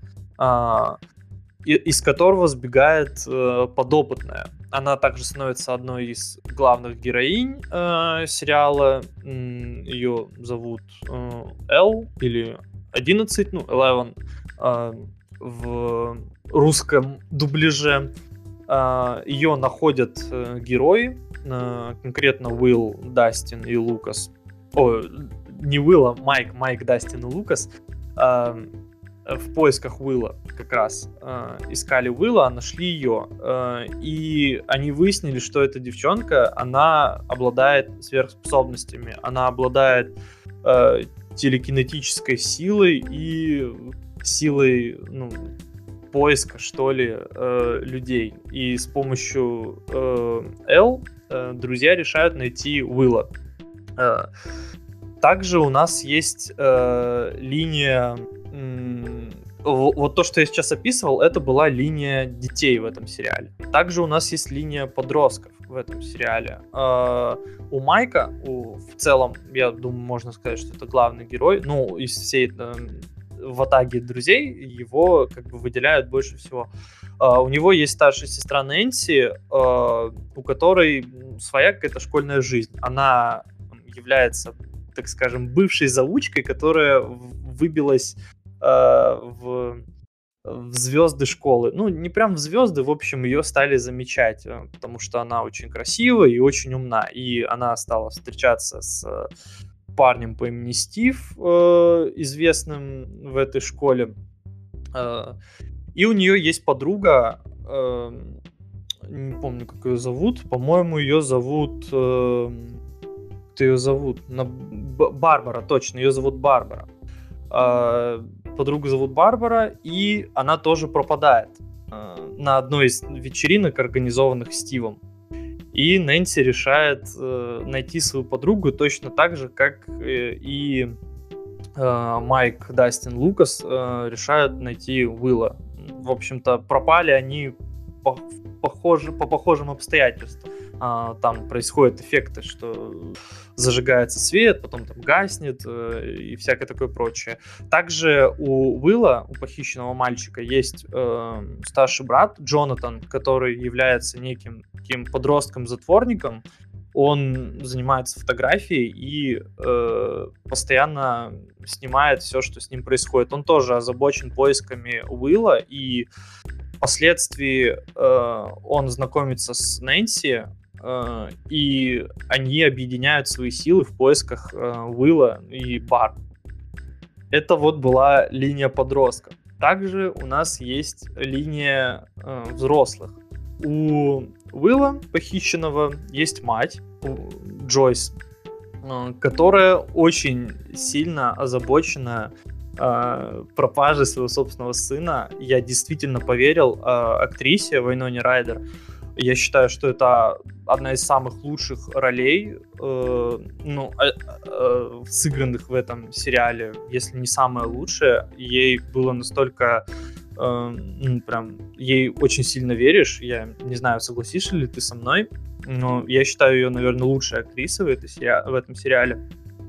из которого сбегает подопытная. Она также становится одной из главных героинь сериала. Ее зовут Эл или 11, ну, 11 в русском дубляже. Ее находят герои, конкретно Уилл, Дастин и Лукас. Не Уилл, а Майк, Дастин и Лукас. В поисках Уилла как раз искали Уилла, нашли ее, и они выяснили, что эта девчонка, она обладает сверхспособностями, она обладает телекинетической силой и силой, ну, поиска, что ли, людей. И с помощью Эл друзья решают найти Уилла. Также у нас есть линия... Вот то, что я сейчас описывал, это была линия детей в этом сериале. Также у нас есть линия подростков в этом сериале. У Майка, в целом, я думаю, можно сказать, что это главный герой. Ну, из всей ватаги друзей его как бы выделяют больше всего. У него есть старшая сестра Нэнси, у которой своя какая-то школьная жизнь. Она является, так скажем, бывшей заучкой, которая выбилась в звезды школы. Ну, не прям в звезды, в общем, ее стали замечать, потому что она очень красивая и очень умна. И она стала встречаться с парнем по имени Стив, известным в этой школе. И у нее есть подруга, не помню, как ее зовут. По-моему, ее зовут... Барбара, точно, ее зовут Барбара. Подругу зовут Барбара, и она тоже пропадает на одной из вечеринок, организованных Стивом. И Нэнси решает найти свою подругу точно так же, как и Майк, Дастин, Лукас решают найти Уилла. В общем-то, пропали они по похожим обстоятельствам. Там происходят эффекты, что зажигается свет, потом там гаснет и всякое такое прочее. Также у Уилла, у похищенного мальчика, есть старший брат Джонатан, который является неким таким подростком-затворником. Он занимается фотографией и постоянно снимает все, что с ним происходит. Он тоже озабочен поисками Уилла, и впоследствии он знакомится с Нэнси, и они объединяют свои силы в поисках Уилла и Барб. Это вот была линия подростков. Также у нас есть линия взрослых. У Уилла, похищенного, есть мать, Джойс, которая очень сильно озабочена пропажей своего собственного сына. Я действительно поверил актрисе Вайноне Райдер. Я считаю, что это одна из самых лучших ролей, сыгранных в этом сериале, если не самая лучшая. Ей было настолько прям ей очень сильно веришь. Я не знаю, согласишься ли ты со мной, но я считаю ее, наверное, лучшей актрисой в этом сериале.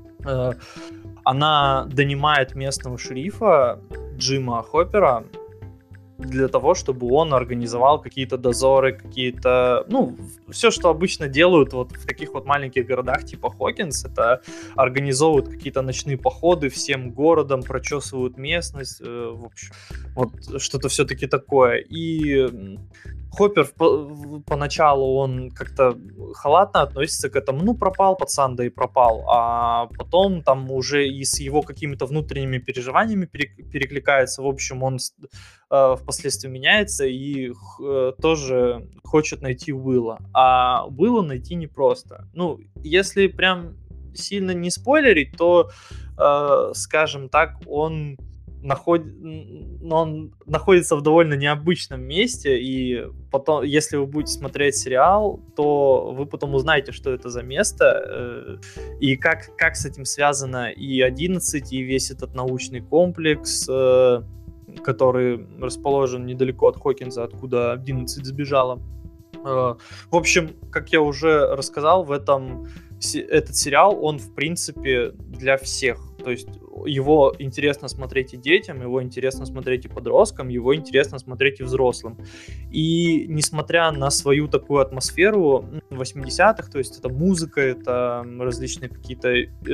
Она донимает местного шерифа Джима Хоппера для того, чтобы он организовал какие-то дозоры, какие-то, все, что обычно делают вот в таких вот маленьких городах типа Хокинс, это организовывают какие-то ночные походы всем городом, прочесывают местность, в общем, вот что-то все-таки такое. И Хоппер поначалу он как-то халатно относится к этому, пропал пацан, да и пропал, а потом там уже и с его какими-то внутренними переживаниями перекликается, в общем, он впоследствии меняется и тоже хочет найти Уилла, а Уилла найти непросто. Если прям сильно не спойлерить, то, скажем так, он находится в довольно необычном месте, и потом, если вы будете смотреть сериал, то вы потом узнаете, что это за место, и как с этим связано и 11, и весь этот научный комплекс, который расположен недалеко от Хокинса, откуда 11 сбежала. В общем, как я уже рассказал, этот сериал, он в принципе для всех. То есть его интересно смотреть и детям, его интересно смотреть и подросткам, его интересно смотреть и взрослым. И несмотря на свою такую атмосферу 80-х, то есть это музыка, это различные какие-то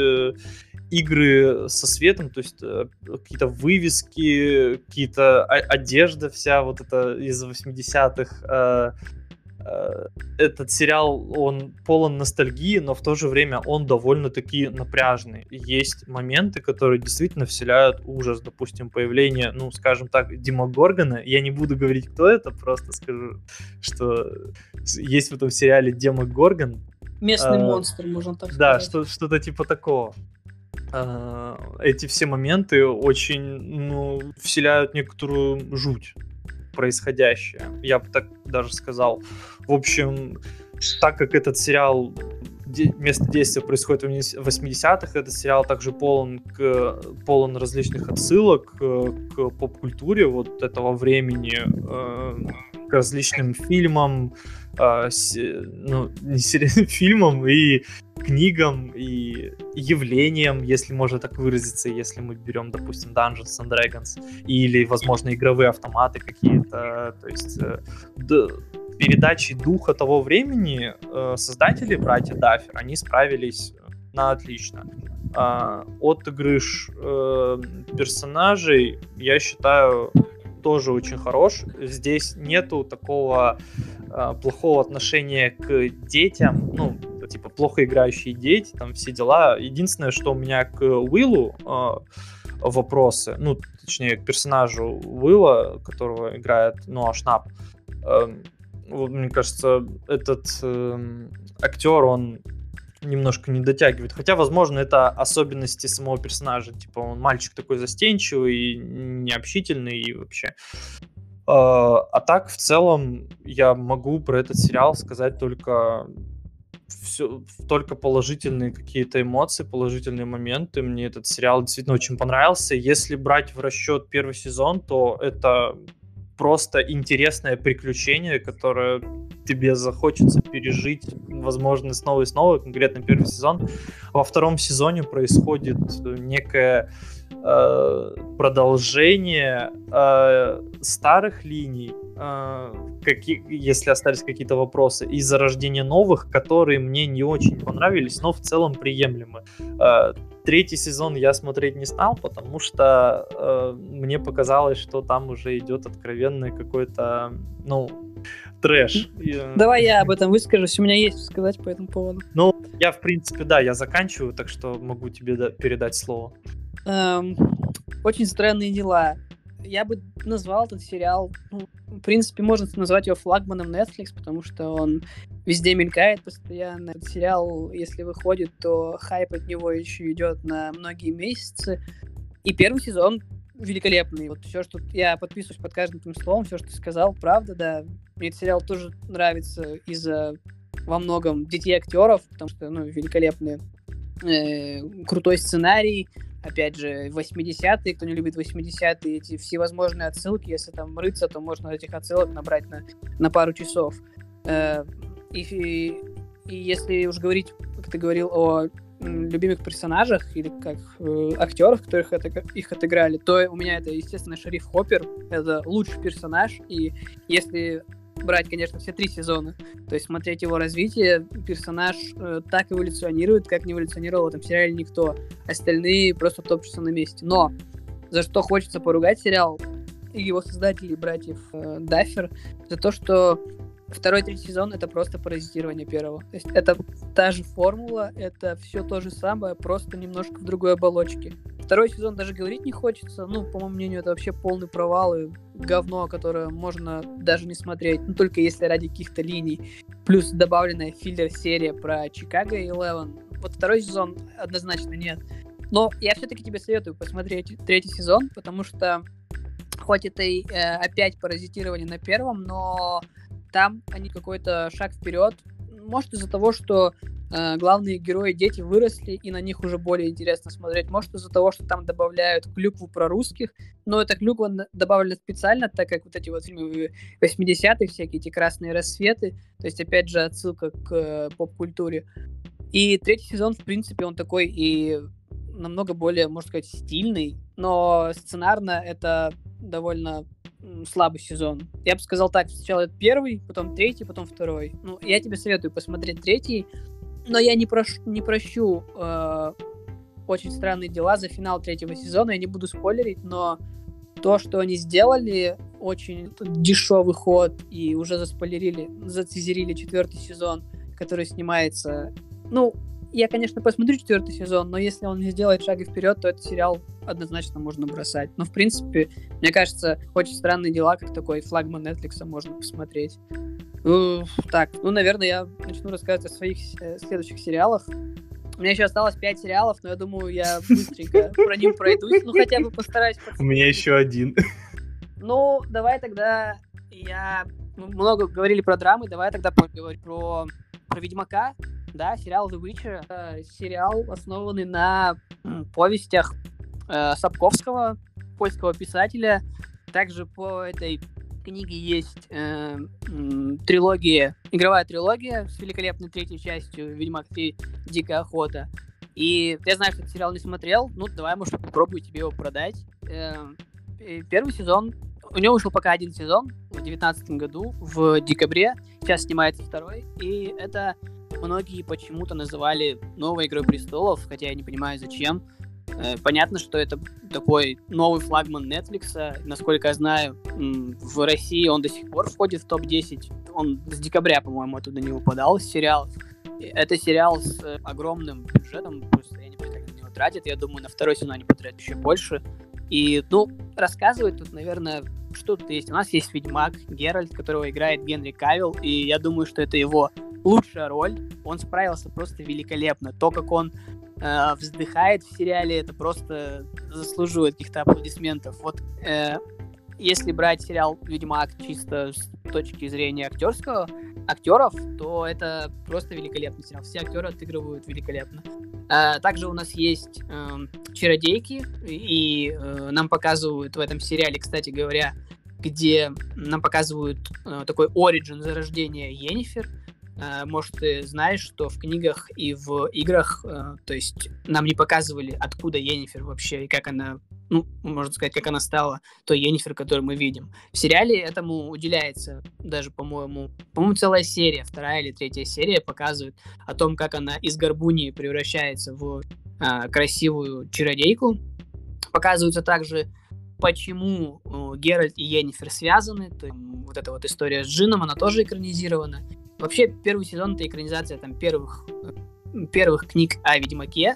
игры со светом, то есть какие-то вывески, какие-то одежда вся вот это из 80-х. Этот сериал, он полон ностальгии, но в то же время он довольно-таки напряжный. Есть моменты, которые действительно вселяют ужас. Допустим, появление, скажем так, Демогоргона. Я не буду говорить, кто это, просто скажу, что есть в этом сериале Демогоргон. Местный монстр, можно так сказать. Да, что-то типа такого. Эти все моменты очень, вселяют некоторую жуть происходящее. Я бы так даже сказал. В общем, так как этот сериал, место действия происходит в 80-х, этот сериал также полон различных отсылок к поп-культуре вот этого времени, к различным фильмам, фильмам и книгам, и явлениям, если можно так выразиться, если мы берем, допустим, Dungeons and Dragons, или, возможно, игровые автоматы какие-то, то есть передачи духа того времени создатели, братья Даффер, они справились на отлично. Отыгрыш персонажей, я считаю, тоже очень хорош. Здесь нету такого плохого отношения к детям, типа плохо играющие дети, там все дела. Единственное, что у меня к Уиллу вопросы, точнее, к персонажу Уилла, которого играет Ноа Шнап. Мне кажется, этот актер, он немножко не дотягивает. Хотя, возможно, это особенности самого персонажа. Типа, он мальчик такой застенчивый, необщительный и вообще. А так, в целом, я могу про этот сериал сказать только положительные какие-то эмоции, положительные моменты. Мне этот сериал действительно очень понравился. Если брать в расчет первый сезон, то это просто интересное приключение, которое тебе захочется пережить, возможно, снова и снова, конкретно первый сезон. Во втором сезоне происходит некое продолжение старых линий, если остались какие-то вопросы, и зарождение новых, которые мне не очень понравились, но в целом приемлемы. Третий сезон я смотреть не стал, потому что мне показалось, что там уже идет откровенный какой-то, трэш. Давай я об этом выскажусь, у меня есть что сказать по этому поводу. Я, в принципе, я заканчиваю, так что могу тебе передать слово. Очень странные дела. Я бы назвал этот сериал, в принципе, можно назвать его флагманом Netflix, потому что он везде мелькает постоянно. Этот сериал, если выходит, то хайп от него еще идет на многие месяцы. И первый сезон великолепный. Вот все, что я подписываюсь под каждым твоим словом, все, что ты сказал, правда, да. Мне этот сериал тоже нравится из-за во многом детей актеров, потому что, великолепный, крутой сценарий, опять же, 80-е, кто не любит 80-е, эти всевозможные отсылки, если там рыться, то можно этих отсылок набрать на пару часов. И если уж говорить, как ты говорил, о любимых персонажах или как актерах, которых их отыграли, то у меня это, естественно, Шериф Хоппер. Это лучший персонаж. И если брать, конечно, все 3 сезона, то есть смотреть его развитие, персонаж так эволюционирует, как не эволюционировал в этом сериале никто. Остальные просто топчутся на месте. Но за что хочется поругать сериал и его создателей, братьев Даффер, за то, что 2 и 3 сезон — это просто паразитирование первого. То есть это та же формула, это все то же самое, просто немножко в другой оболочке. 2 сезон даже говорить не хочется. Ну, по моему мнению, это вообще полный провал и говно, которое можно даже не смотреть. Ну, только если ради каких-то линий. Плюс добавленная филлер-серия про Чикаго и 11. Вот 2 сезон однозначно нет. Но я все-таки тебе советую посмотреть 3 сезон, потому что хоть это и опять паразитирование на первом, но там они какой-то шаг вперед. Может, из-за того, что главные герои, дети выросли, и на них уже более интересно смотреть. Может, из-за того, что там добавляют клюкву про русских, но эта клюква добавлена специально, так как вот эти вот фильмы 80-х, всякие эти красные рассветы, то есть, опять же, отсылка к поп-культуре. И 3 сезон, в принципе, он такой и намного более, можно сказать, стильный, но сценарно это довольно слабый сезон. Я бы сказал так, сначала это 1, потом 3, потом 2. Ну, я тебе советую посмотреть 3, но я не прощу «Очень странные дела» за финал 3 сезона, я не буду спойлерить, но то, что они сделали, очень дешевый ход, и уже зацизерили 4 сезон, который снимается. Ну, я, конечно, посмотрю 4 сезон, но если он не сделает шага вперед, то этот сериал однозначно можно бросать. Но, в принципе, мне кажется, «Очень странные дела», как такой флагман Netflix, можно посмотреть. Так, наверное, я начну рассказывать о своих следующих сериалах. У меня еще осталось 5 сериалов, но я думаю, я быстренько про них пройдусь. Ну, хотя бы постараюсь. У меня еще 1. Ну, давай тогда много говорили про драмы, давай тогда поговорим про Ведьмака. Да, сериал The Witcher. Сериал, основанный на повестях Сапковского, польского писателя. Также по этой книге есть игровая трилогия с великолепной 3 частью «Ведьмак 3. Дикая охота». И я знаю, что ты сериал не смотрел. Ну, давай, может, попробую тебе его продать. 1 сезон. У него вышел пока 1 сезон в 2019 году, в декабре. Сейчас снимается 2. И это многие почему-то называли новой «Игрой престолов», хотя я не понимаю, зачем. Понятно, что это такой новый флагман Netflix. Насколько я знаю, в России он до сих пор входит в топ-10. Он с декабря, по-моему, оттуда не выпадал из сериалов. Это сериал с огромным бюджетом, просто я не понимаю, как на него тратят. Я думаю, на 2 сезон они потратят еще больше. И, рассказывать тут, наверное, что тут есть. У нас есть Ведьмак, Геральт, которого играет Генри Кавилл, и я думаю, что это его лучшая роль. Он справился просто великолепно. То, как он вздыхает в сериале, это просто заслуживает каких-то аплодисментов. Вот если брать сериал «Ведьмак» чисто с точки зрения актеров, то это просто великолепный сериал. Все актеры отыгрывают великолепно. Также у нас есть чародейки, и нам показывают в этом сериале, кстати говоря, где нам показывают такой оригин зарождения Йеннифер. Может, ты знаешь, что в книгах и в играх, то есть нам не показывали, откуда Йеннифер вообще, и как она, можно сказать, как она стала той Йеннифер, которую мы видим. В сериале этому уделяется даже, по-моему, целая серия, 2 или 3 серия показывает о том, как она из горбуньи превращается в красивую чародейку. Показывается также, почему Геральт и Йеннифер связаны. То есть, вот эта вот история с Джином, она тоже экранизирована. Вообще, 1 сезон — это экранизация первых книг о Ведьмаке.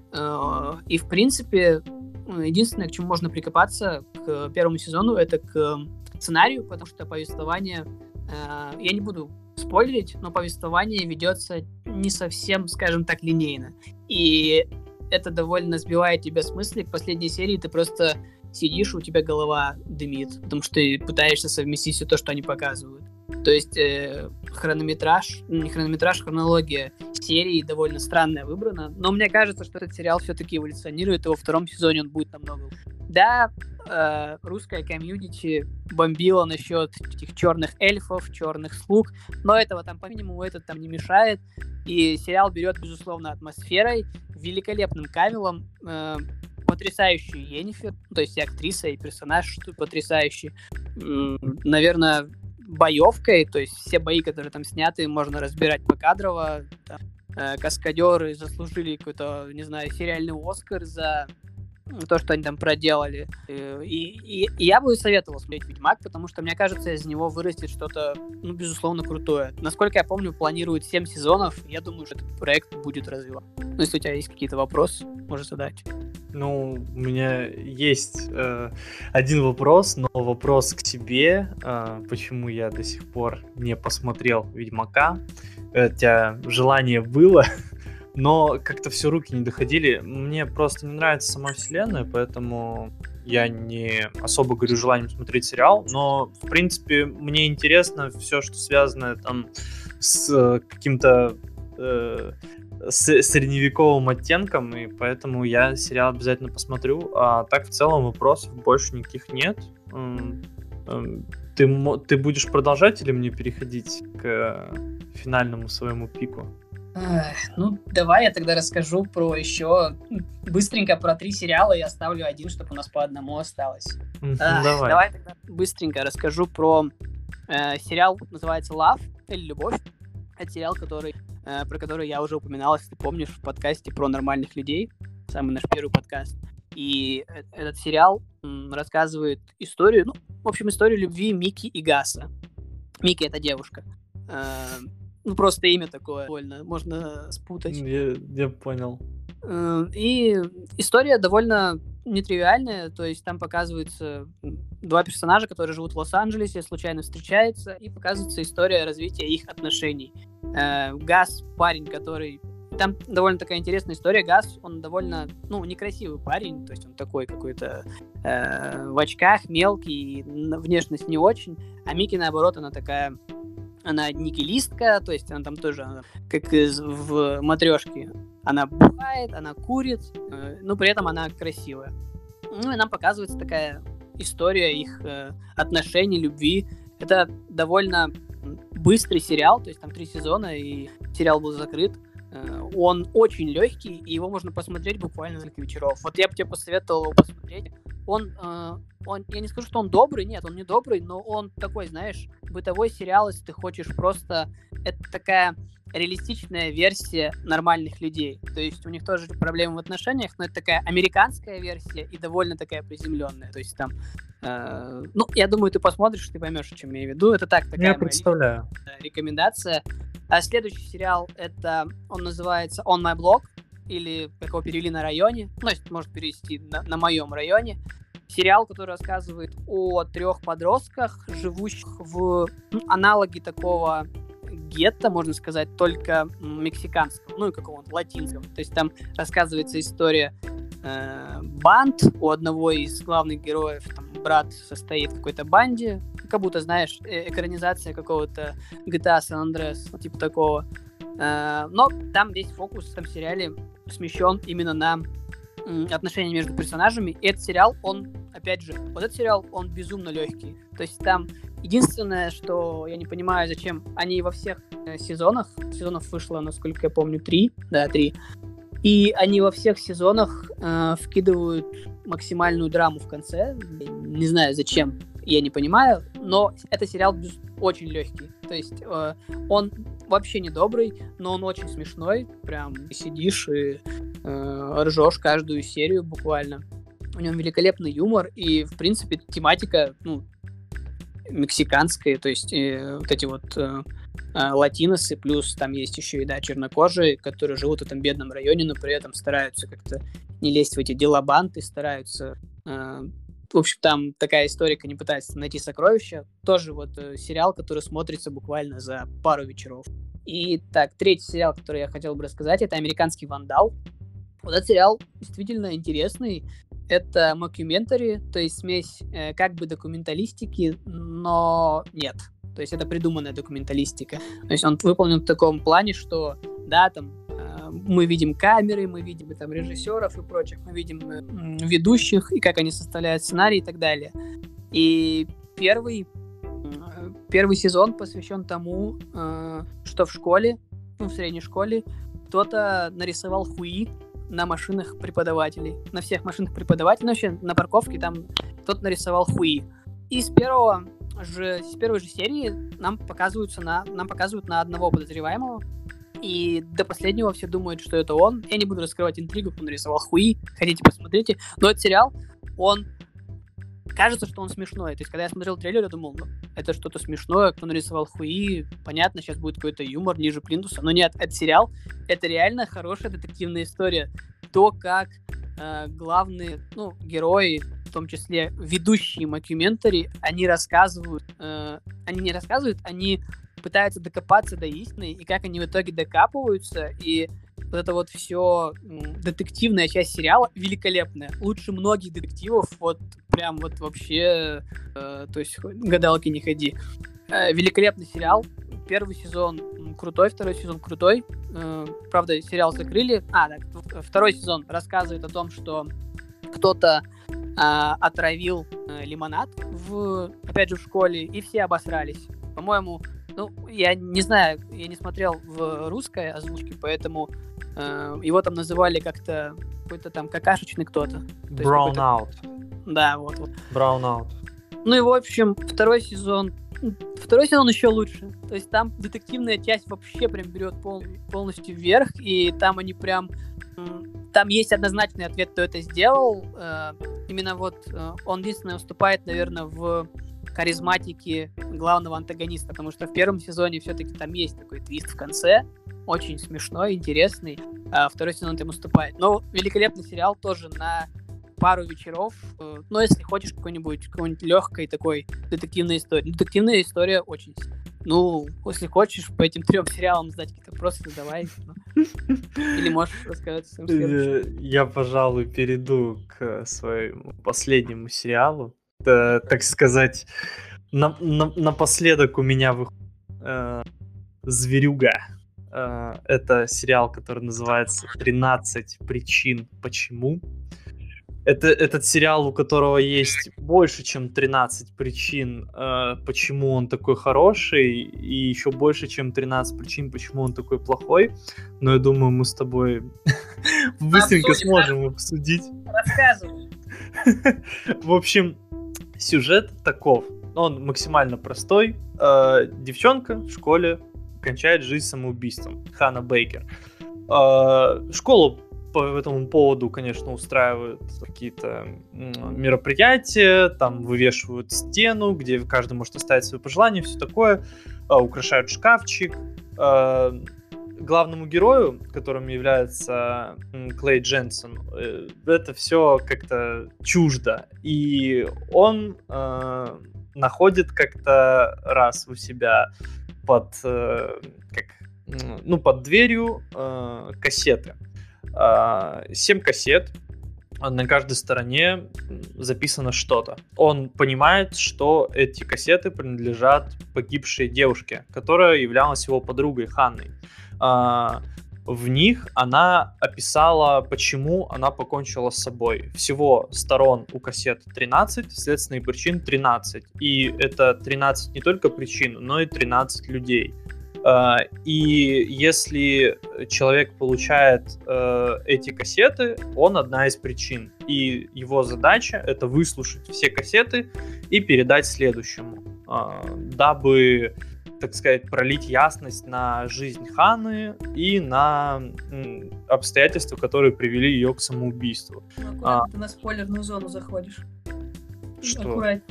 И, в принципе, единственное, к чему можно прикопаться к 1 сезону, это к сценарию, потому что повествование... Я не буду спойлерить, но повествование ведется не совсем, скажем так, линейно. И это довольно сбивает тебя с мысли. В последней серии ты просто сидишь, у тебя голова дымит, потому что ты пытаешься совместить все то, что они показывают. То есть хронометраж, хронология серии довольно странная выбрана. Но мне кажется, что этот сериал все-таки эволюционирует, и во втором сезоне он будет намного лучше. Да, русская комьюнити бомбила насчет этих черных эльфов, черных слуг, но этого там по минимуму этот там не мешает. И сериал берет, безусловно, атмосферой, великолепным Камилом, потрясающую Йеннифер, то есть и актриса, и персонаж потрясающий. Наверное, боевкой, то есть все бои, которые там сняты, можно разбирать покадрово. Там, каскадеры заслужили какой-то, не знаю, сериальный Оскар за то, что они там проделали. И я бы советовал смотреть «Ведьмак», потому что, мне кажется, из него вырастет что-то, безусловно, крутое. Насколько я помню, планируют 7 сезонов. Я думаю, что этот проект будет развиваться. Ну, если у тебя есть какие-то вопросы, можешь задать. Ну, у меня есть один вопрос, но вопрос к тебе. Почему я до сих пор не посмотрел «Ведьмака»? Хотя желание было, но как-то все руки не доходили. Мне просто не нравится сама вселенная, поэтому я не особо горю желанием смотреть сериал. Но, в принципе, мне интересно все, что связано там с каким-то средневековым оттенком, и поэтому я сериал обязательно посмотрю. А так, в целом, вопросов больше никаких нет. Ты будешь продолжать или мне переходить к финальному своему пику? Ну, давай я тогда расскажу про еще быстренько про 3 сериала и оставлю один, чтобы у нас по одному осталось. Давай тогда быстренько расскажу про сериал, называется «Love» или «Любовь». Это сериал, про который я уже упоминал, если ты помнишь, в подкасте про нормальных людей, самый наш первый подкаст. И этот сериал рассказывает историю, историю любви Мики и Гаса. Мики — это девушка. Просто имя такое довольно можно спутать. Я понял. И история довольно нетривиальная, то есть там показываются 2 персонажа, которые живут в Лос-Анджелесе, случайно встречаются, и показывается история развития их отношений. Гас — парень, который... Там довольно такая интересная история. Гас, он довольно, некрасивый парень, то есть он такой какой-то в очках, мелкий, внешность не очень, а Мики, наоборот, она нигилистка, то есть она там тоже, как в «Матрешке», она бухает, она курит, но при этом она красивая. И нам показывается такая история их отношений, любви. Это довольно быстрый сериал, то есть там 3 сезона, и сериал был закрыт. Он очень легкий, и его можно посмотреть буквально за несколько вечеров. Вот я бы тебе посоветовал его посмотреть. Я не скажу, что он добрый, нет, он не добрый, но он такой, знаешь, бытовой сериал, если ты хочешь просто... Это такая реалистичная версия нормальных людей. То есть у них тоже проблемы в отношениях, но это такая американская версия и довольно такая приземленная. То есть там... я думаю, ты посмотришь, ты поймешь, о чем я имею в виду. Это такая я представляю. Рекомендация. А следующий сериал, он называется «On My Block», или, как его перевели, «На районе». Если можно перевести на моем районе. Сериал, который рассказывает о 3 подростках, живущих в аналоге такого гетто, можно сказать, только мексиканского, и какого-то латинского. То есть там рассказывается история банд. У одного из главных героев там брат состоит в какой-то банде, как будто, знаешь, экранизация какого-то GTA San Andreas, типа такого. Но там весь фокус в этом сериале смещен именно на отношения между персонажами. И этот сериал, он безумно легкий. То есть там единственное, что я не понимаю, зачем они во всех сезонов вышло, насколько я помню, 3, и они во всех сезонах вкидывают максимальную драму в конце. Не знаю, зачем, я не понимаю, но это сериал очень легкий. То есть он вообще не добрый, но он очень смешной. Прям сидишь и ржешь каждую серию буквально. У него великолепный юмор и, в принципе, тематика, мексиканская. То есть вот эти вот латиносы, плюс там есть еще и, чернокожие, которые живут в этом бедном районе, но при этом стараются как-то не лезть в эти дела банды, стараются... В общем, там такая историка не пытается найти сокровища. Тоже сериал, который смотрится буквально за пару вечеров. И так, 3-й сериал, который я хотел бы рассказать, это «Американский вандал». Вот этот сериал действительно интересный. Это мокюментари, то есть смесь как бы документалистики, но нет. То есть это придуманная документалистика. То есть он выполнен в таком плане, что, да, там, мы видим камеры, мы видим там режиссеров и прочих, мы видим ведущих, и как они составляют сценарий и так далее. И первый сезон посвящен тому, что в школе, в средней школе, кто-то нарисовал хуи на машинах преподавателей. На всех машинах преподавателей, вообще на парковке там кто-то нарисовал хуи. И с первой же серии нам показывают на одного подозреваемого. И до последнего все думают, что это он. Я не буду раскрывать интригу, кто нарисовал хуи. Хотите, посмотрите. Но этот сериал, кажется, что он смешной. То есть, когда я смотрел трейлер, я думал, это что-то смешное, кто нарисовал хуи. Понятно, сейчас будет какой-то юмор ниже плинтуса. Но нет, этот сериал, это реально хорошая детективная история. То, как главные герои, в том числе ведущие мокюментари, они пытаются докопаться до истины, и как они в итоге докапываются, и вот это вот все детективная часть сериала великолепная. Лучше многих детективов, вот прям вот вообще, то есть гадалки не ходи. Великолепный сериал. Первый сезон крутой, второй сезон крутой. Правда, сериал закрыли. Второй сезон рассказывает о том, что кто-то отравил лимонад опять же в школе, и все обосрались. По-моему, я не знаю, я не смотрел в русской озвучке, поэтому его там называли как-то какой-то там какашечный кто-то. Brownout. Да, вот. Brownout. Ну и в общем, второй сезон еще лучше. То есть там детективная часть вообще прям берет полностью вверх, и там они прям... Там есть однозначный ответ, кто это сделал. Именно он единственное уступает, наверное, в харизматике главного антагониста, потому что в первом сезоне все-таки там есть такой твист в конце, очень смешной, интересный, а второй сезон им уступает. Но великолепный сериал тоже на пару вечеров, но если хочешь какой-нибудь легкой такой детективной истории. Детективная история очень... если хочешь по этим 3 сериалам сдать какие-то просто давай. Или можешь рассказать своим следующим. Я, пожалуй, перейду к своему последнему сериалу. Так сказать, напоследок у меня выходит «Зверюга». Это сериал, который называется «13 причин почему». Этот сериал, у которого есть больше, чем 13 причин, почему он такой хороший, и еще больше, чем 13 причин, почему он такой плохой. Но я думаю, мы с тобой быстренько сможем обсудить. Рассказывай. В общем, сюжет таков. Он максимально простой. Девчонка в школе кончает жизнь самоубийством. Ханна Бейкер. Школу по этому поводу, конечно, устраивают какие-то мероприятия, там вывешивают стену, где каждый может оставить свои пожелания, все такое, украшают шкафчик. Главному герою, которым является Клей Дженсен, это все как-то чуждо. И он находит как-то раз у себя под дверью кассеты. 7 кассет, на каждой стороне записано что-то. Он понимает, что эти кассеты принадлежат погибшей девушке, которая являлась его подругой Ханной. В них она описала, почему она покончила с собой. Всего сторон у кассет 13, следственных причин 13. И это 13 не только причин, но и 13 людей. И если человек получает эти кассеты, он одна из причин. И его задача — это выслушать все кассеты и передать следующему, дабы, так сказать, пролить ясность на жизнь Ханны и на обстоятельства, которые привели ее к самоубийству. Аккуратно ты на спойлерную зону заходишь. Что? Аккуратно.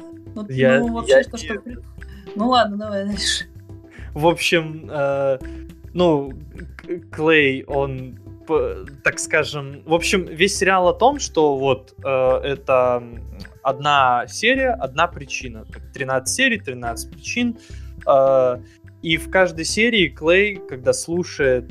Ладно, давай дальше. В общем, Клей, он, так скажем... В общем, весь сериал о том, что это одна серия, одна причина. 13 серий, 13 причин. И в каждой серии Клей, когда слушает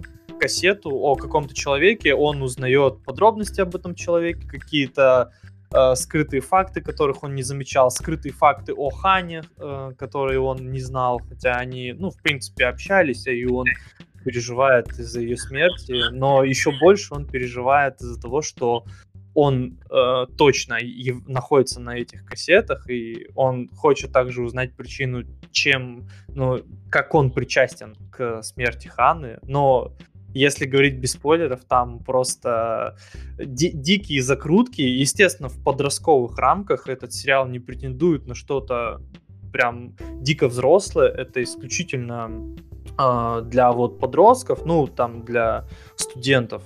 кассету о каком-то человеке, он узнает подробности об этом человеке, какие-то скрытые факты, которых он не замечал, скрытые факты о Хане, которые он не знал, хотя они, ну, в принципе, общались, и он переживает из-за ее смерти, но еще больше он переживает из-за того, что он точно находится на этих кассетах, и он хочет также узнать причину, как он причастен к смерти Ханы, но если говорить без спойлеров, там просто дикие закрутки. Естественно, в подростковых рамках этот сериал не претендует на что-то прям дико взрослое. Это исключительно для вот подростков, ну, там, для студентов,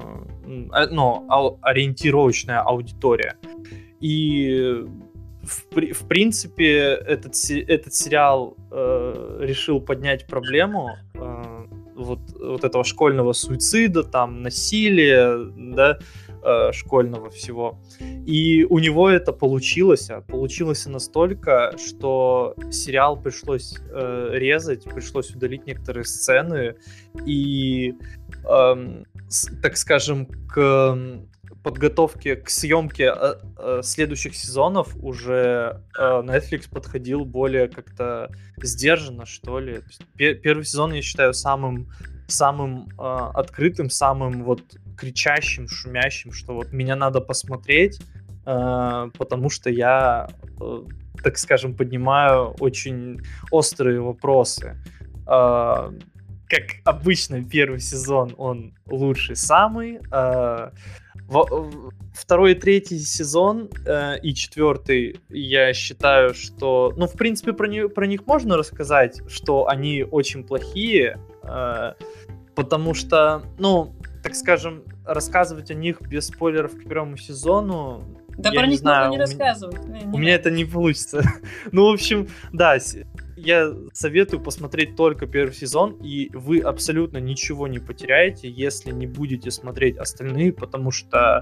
ориентировочная аудитория. И в принципе этот сериал решил поднять проблему вот этого школьного суицида, там, насилия, да, школьного всего. И у него это получилось настолько, что сериал пришлось резать, пришлось удалить некоторые сцены, и, так скажем, к подготовке к съемке следующих сезонов уже Netflix подходил более как-то сдержанно, что ли. Первый сезон я считаю самым открытым, самым вот кричащим, шумящим, что вот меня надо посмотреть, потому что я, так скажем, поднимаю очень острые вопросы. Как обычно, первый сезон, он лучший самый. Второй и третий сезон и четвертый, я считаю, что... Ну, в принципе, про них можно рассказать, что они очень плохие, потому что, ну, так скажем, рассказывать о них без спойлеров к первому сезону... Да про них можно не рассказывать. У меня это не получится. Ну, в общем, да, я советую посмотреть только первый сезон, и вы абсолютно ничего не потеряете, если не будете смотреть остальные, потому что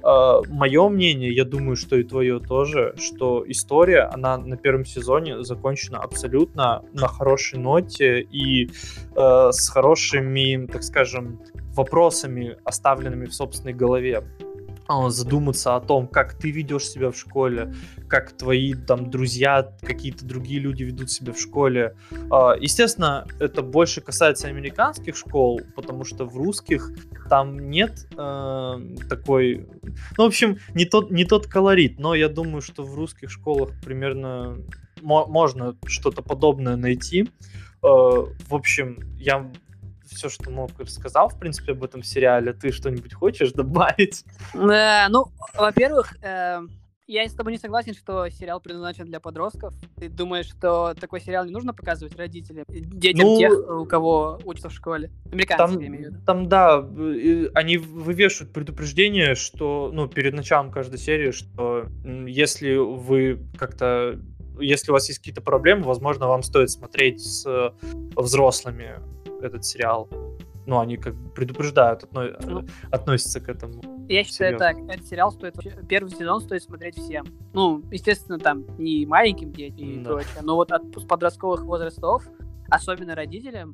мое мнение, я думаю, что и твое тоже, что история, она на первом сезоне закончена абсолютно на хорошей ноте и с хорошими, так скажем, вопросами, оставленными в собственной голове. Задуматься о том, как ты ведешь себя в школе, как твои там друзья, какие-то другие люди ведут себя в школе. Естественно, это больше касается американских школ, потому что в русских там нет такой... Ну, в общем, не тот колорит, но я думаю, что в русских школах примерно можно что-то подобное найти. В общем, я... все, что мог, рассказал, в принципе, об этом сериале. Ты что-нибудь хочешь добавить? Ну, во-первых, я с тобой не согласен, что сериал предназначен для подростков. Ты думаешь, что такой сериал не нужно показывать родителям, детям тех, у кого учатся в школе? Американцам, я имею в виду. Там, да, они вывешивают предупреждение, что, ну, перед началом каждой серии, что если вы как-то... Если у вас есть какие-то проблемы, возможно, вам стоит смотреть с взрослыми этот сериал. Ну, они как бы предупреждают, относятся к этому. Я считаю так, этот сериал первый сезон стоит смотреть всем. Ну, естественно, там не маленьким детям и прочее, но вот с подростковых возрастов, особенно родителям,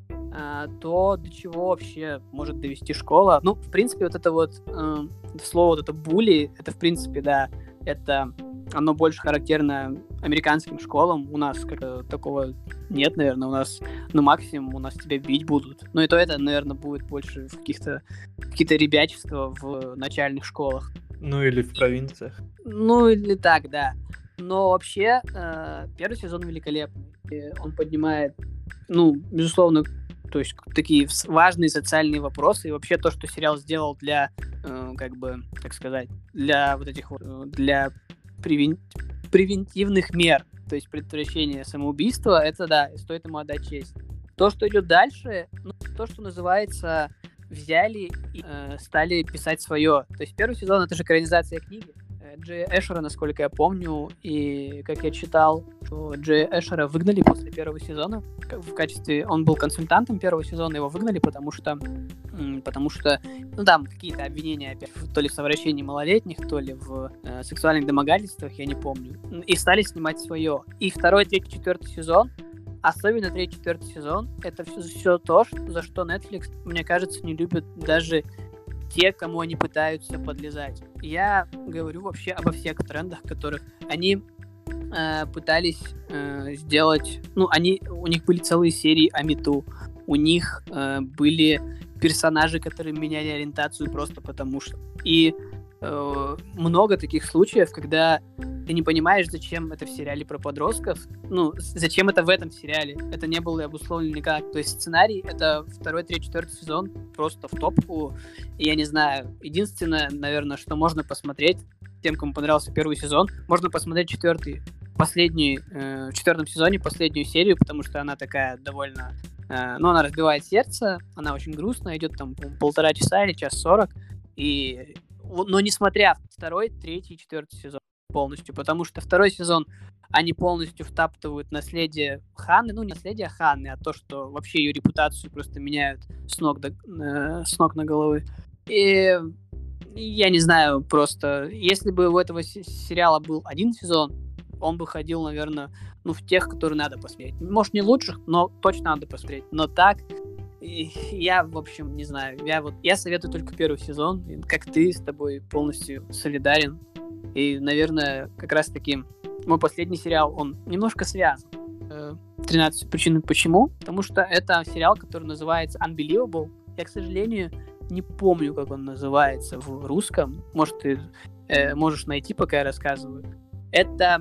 то до чего вообще может довести школа. Ну, в принципе, вот это вот слово, вот это булли, это, в принципе, да, это... Оно больше характерно американским школам. У нас такого нет, наверное. У нас, ну, максимум, у нас тебя бить будут. Ну, и то это, наверное, будет больше в какие-то ребячества в начальных школах. Ну, или в провинциях. Ну, или так, да. Но вообще, первый сезон великолепный. Он поднимает, ну, безусловно, то есть такие важные социальные вопросы. И вообще то, что сериал сделал для, как бы, так сказать, для вот этих вот, для превентивных мер, то есть предотвращения самоубийства, это да, стоит ему отдать честь. То, что идет дальше, ну, то, что называется, взяли и стали писать свое. То есть первый сезон — это же экранизация книги Джея Эшера, насколько я помню, и как я читал, что Джея Эшера выгнали после первого сезона в качестве... Он был консультантом первого сезона, его выгнали, потому что ну, там какие-то обвинения опять, то ли в совращении малолетних, то ли в сексуальных домогательствах, я не помню, и стали снимать свое. И второй, третий, четвертый сезон, особенно третий, четвертый сезон, это все то, за что Netflix, мне кажется, не любит даже те, кому они пытаются подлезать. Я говорю вообще обо всех трендах, которых они пытались сделать... Ну, у них были целые серии о мету. У них были персонажи, которые меняли ориентацию просто потому что... И много таких случаев, когда ты не понимаешь, зачем это в сериале про подростков, ну, зачем это в этом сериале. Это не было обусловлено никак. То есть сценарий — это 2, 3, 4 сезон просто в топку. И я не знаю, единственное, наверное, что можно посмотреть тем, кому понравился первый сезон, можно посмотреть в четвертом сезоне последнюю серию, потому что она такая довольно... ну, она разбивает сердце, она очень грустная, идет там 1,5 часа или 1:40. Но несмотря 2, 3, 4 сезон полностью, потому что 2 сезон они полностью втаптывают наследие Ханны, ну, не наследие Ханны, а то, что вообще ее репутацию просто меняют с ног на головы. И я не знаю, просто если бы у этого сериала был 1 сезон, он бы ходил, наверное, ну, в тех, которые надо посмотреть. Может, не лучших, но точно надо посмотреть. Но так, я, в общем, не знаю. Я советую только 1 сезон. Как ты, с тобой полностью солидарен. И, наверное, как раз-таки мой последний сериал, он немножко связан. 13 причин почему. Потому что это сериал, который называется Unbelievable. Я, к сожалению, не помню, как он называется в русском. Может, ты можешь найти, пока я рассказываю. Это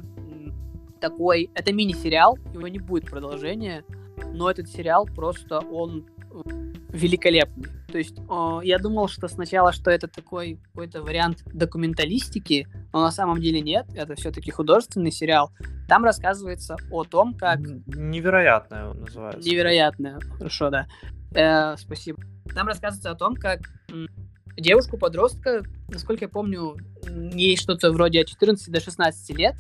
мини-сериал, его не будет продолжения, но этот сериал просто, он великолепный. То есть я думал, что сначала, что это такой какой-то вариант документалистики, но на самом деле нет, это все-таки художественный сериал. Там рассказывается о том, как... Невероятное он называется. Невероятное, хорошо, да. Спасибо. Там рассказывается о том, как девушку-подростка, насколько я помню, ей что-то вроде от 14 до 16 лет,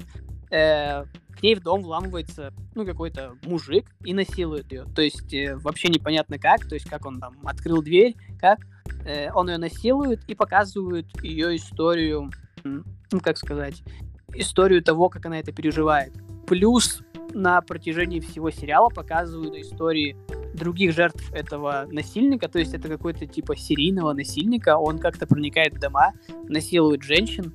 к ней в дом вламывается, ну, какой-то мужик и насилует ее. То есть вообще непонятно как, то есть как он там открыл дверь, как он ее насилует и показывает ее историю, ну, как сказать, историю того, как она это переживает. Плюс на протяжении всего сериала показывают истории других жертв этого насильника, то есть это какой-то типа серийного насильника, он как-то проникает в дома, насилует женщин,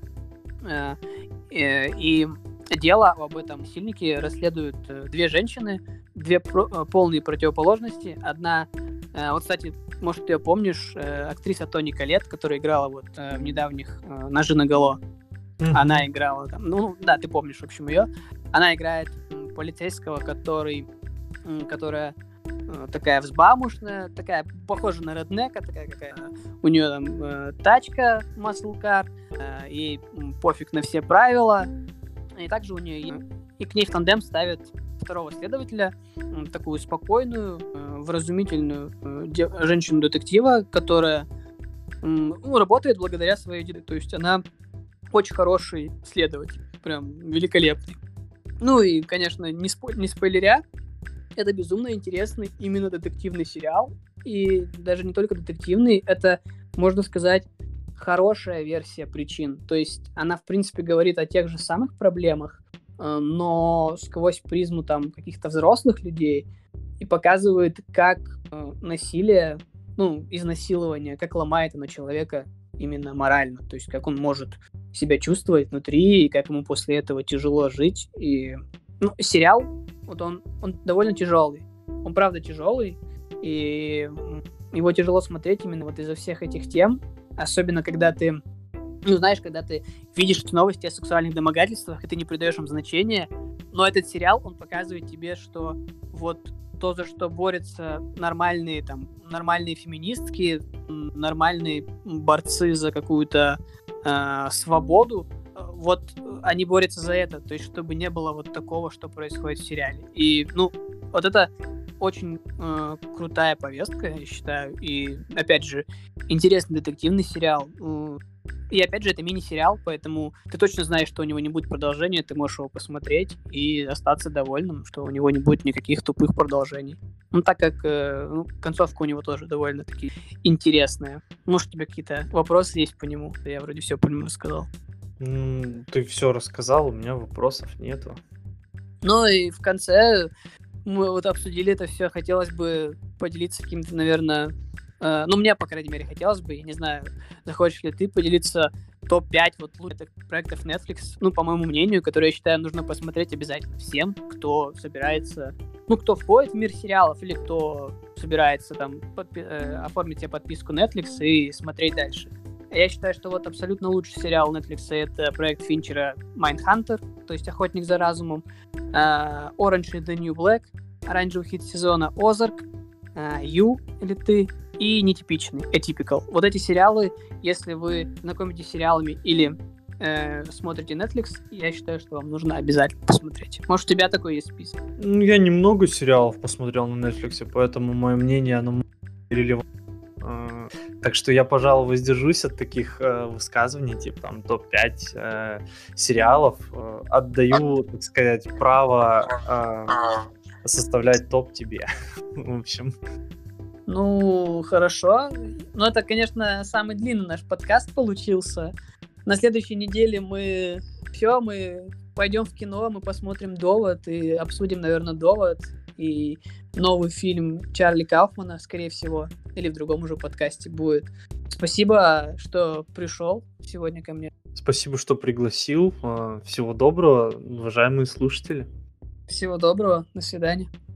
и дело об этом насильнике расследуют 2 женщины, 2 полные противоположности. Одна, вот, кстати, может, ты ее помнишь, актриса Тони Коллетт, которая играла вот в недавних «Ножи наголо». Она играла там, ну да, ты помнишь, в общем, ее. Она играет полицейского, которая такая взбалмошная, такая похожа на реднека, такая какая у нее там тачка muscle car, ей пофиг на все правила. И также у нее и к ней в тандем ставят 2-го следователя, такую спокойную, вразумительную женщину-детектива, которая работает благодаря своей деятельности. То есть она очень хороший следователь, прям великолепный. Ну и, конечно, не спойлеря, это безумно интересный именно детективный сериал. И даже не только детективный, это, можно сказать, хорошая версия причин. То есть она, в принципе, говорит о тех же самых проблемах, но сквозь призму там каких-то взрослых людей и показывает, как насилие, ну, изнасилование, как ломает оно человека именно морально. То есть как он может себя чувствовать внутри, и как ему после этого тяжело жить. И сериал, вот он довольно тяжелый. Он правда тяжелый, и его тяжело смотреть именно вот из-за всех этих тем. Особенно, когда ты, когда ты видишь эти новости о сексуальных домогательствах, и ты не придаешь им значения. Но этот сериал, он показывает тебе, что вот то, за что борются нормальные феминистки, нормальные борцы за какую-то свободу, вот они борются за это. То есть, чтобы не было вот такого, что происходит в сериале. И, вот это очень крутая повестка, я считаю. И, опять же, интересный детективный сериал. И, опять же, это мини-сериал, поэтому ты точно знаешь, что у него не будет продолжения, ты можешь его посмотреть и остаться довольным, что у него не будет никаких тупых продолжений. Так как концовка у него тоже довольно-таки интересная. Может, у тебя какие-то вопросы есть по нему? Я вроде все по нему рассказал. Ты все рассказал, у меня вопросов нету. Ну и в конце мы вот обсудили это все. Хотелось бы поделиться каким-то, наверное, Ну, мне, по крайней мере, хотелось бы, я не знаю, захочешь ли ты поделиться топ-5 вот лучших проектов Netflix, ну, по моему мнению, которые, я считаю, нужно посмотреть обязательно всем, кто собирается, ну, кто входит в мир сериалов или кто собирается там оформить себе подписку Netflix и смотреть дальше. Я считаю, что вот абсолютно лучший сериал Netflix — это проект Финчера Mindhunter, то есть «Охотник за разумом», Orange is the New Black, оранжевый хит сезона, Озарк, You или Ты и Нетипичный, Atypical. Вот эти сериалы, если вы знакомитесь с сериалами или смотрите Netflix, я считаю, что вам нужно обязательно посмотреть. Может, у тебя такой есть список? Ну, я немного сериалов посмотрел на Netflix, поэтому мое мнение, оно релевантно. Так что я, пожалуй, воздержусь от таких высказываний, типа там топ-5 сериалов. Отдаю, так сказать, право составлять топ тебе. В общем. Ну, хорошо. Ну, это, конечно, самый длинный наш подкаст получился. На следующей неделе мы пойдем в кино, мы посмотрим «Довод» и обсудим, наверное, «Довод» и новый фильм Чарли Кауфмана, скорее всего, или в другом уже подкасте будет. Спасибо, что пришел сегодня ко мне. Спасибо, что пригласил. Всего доброго, уважаемые слушатели. Всего доброго, до свидания.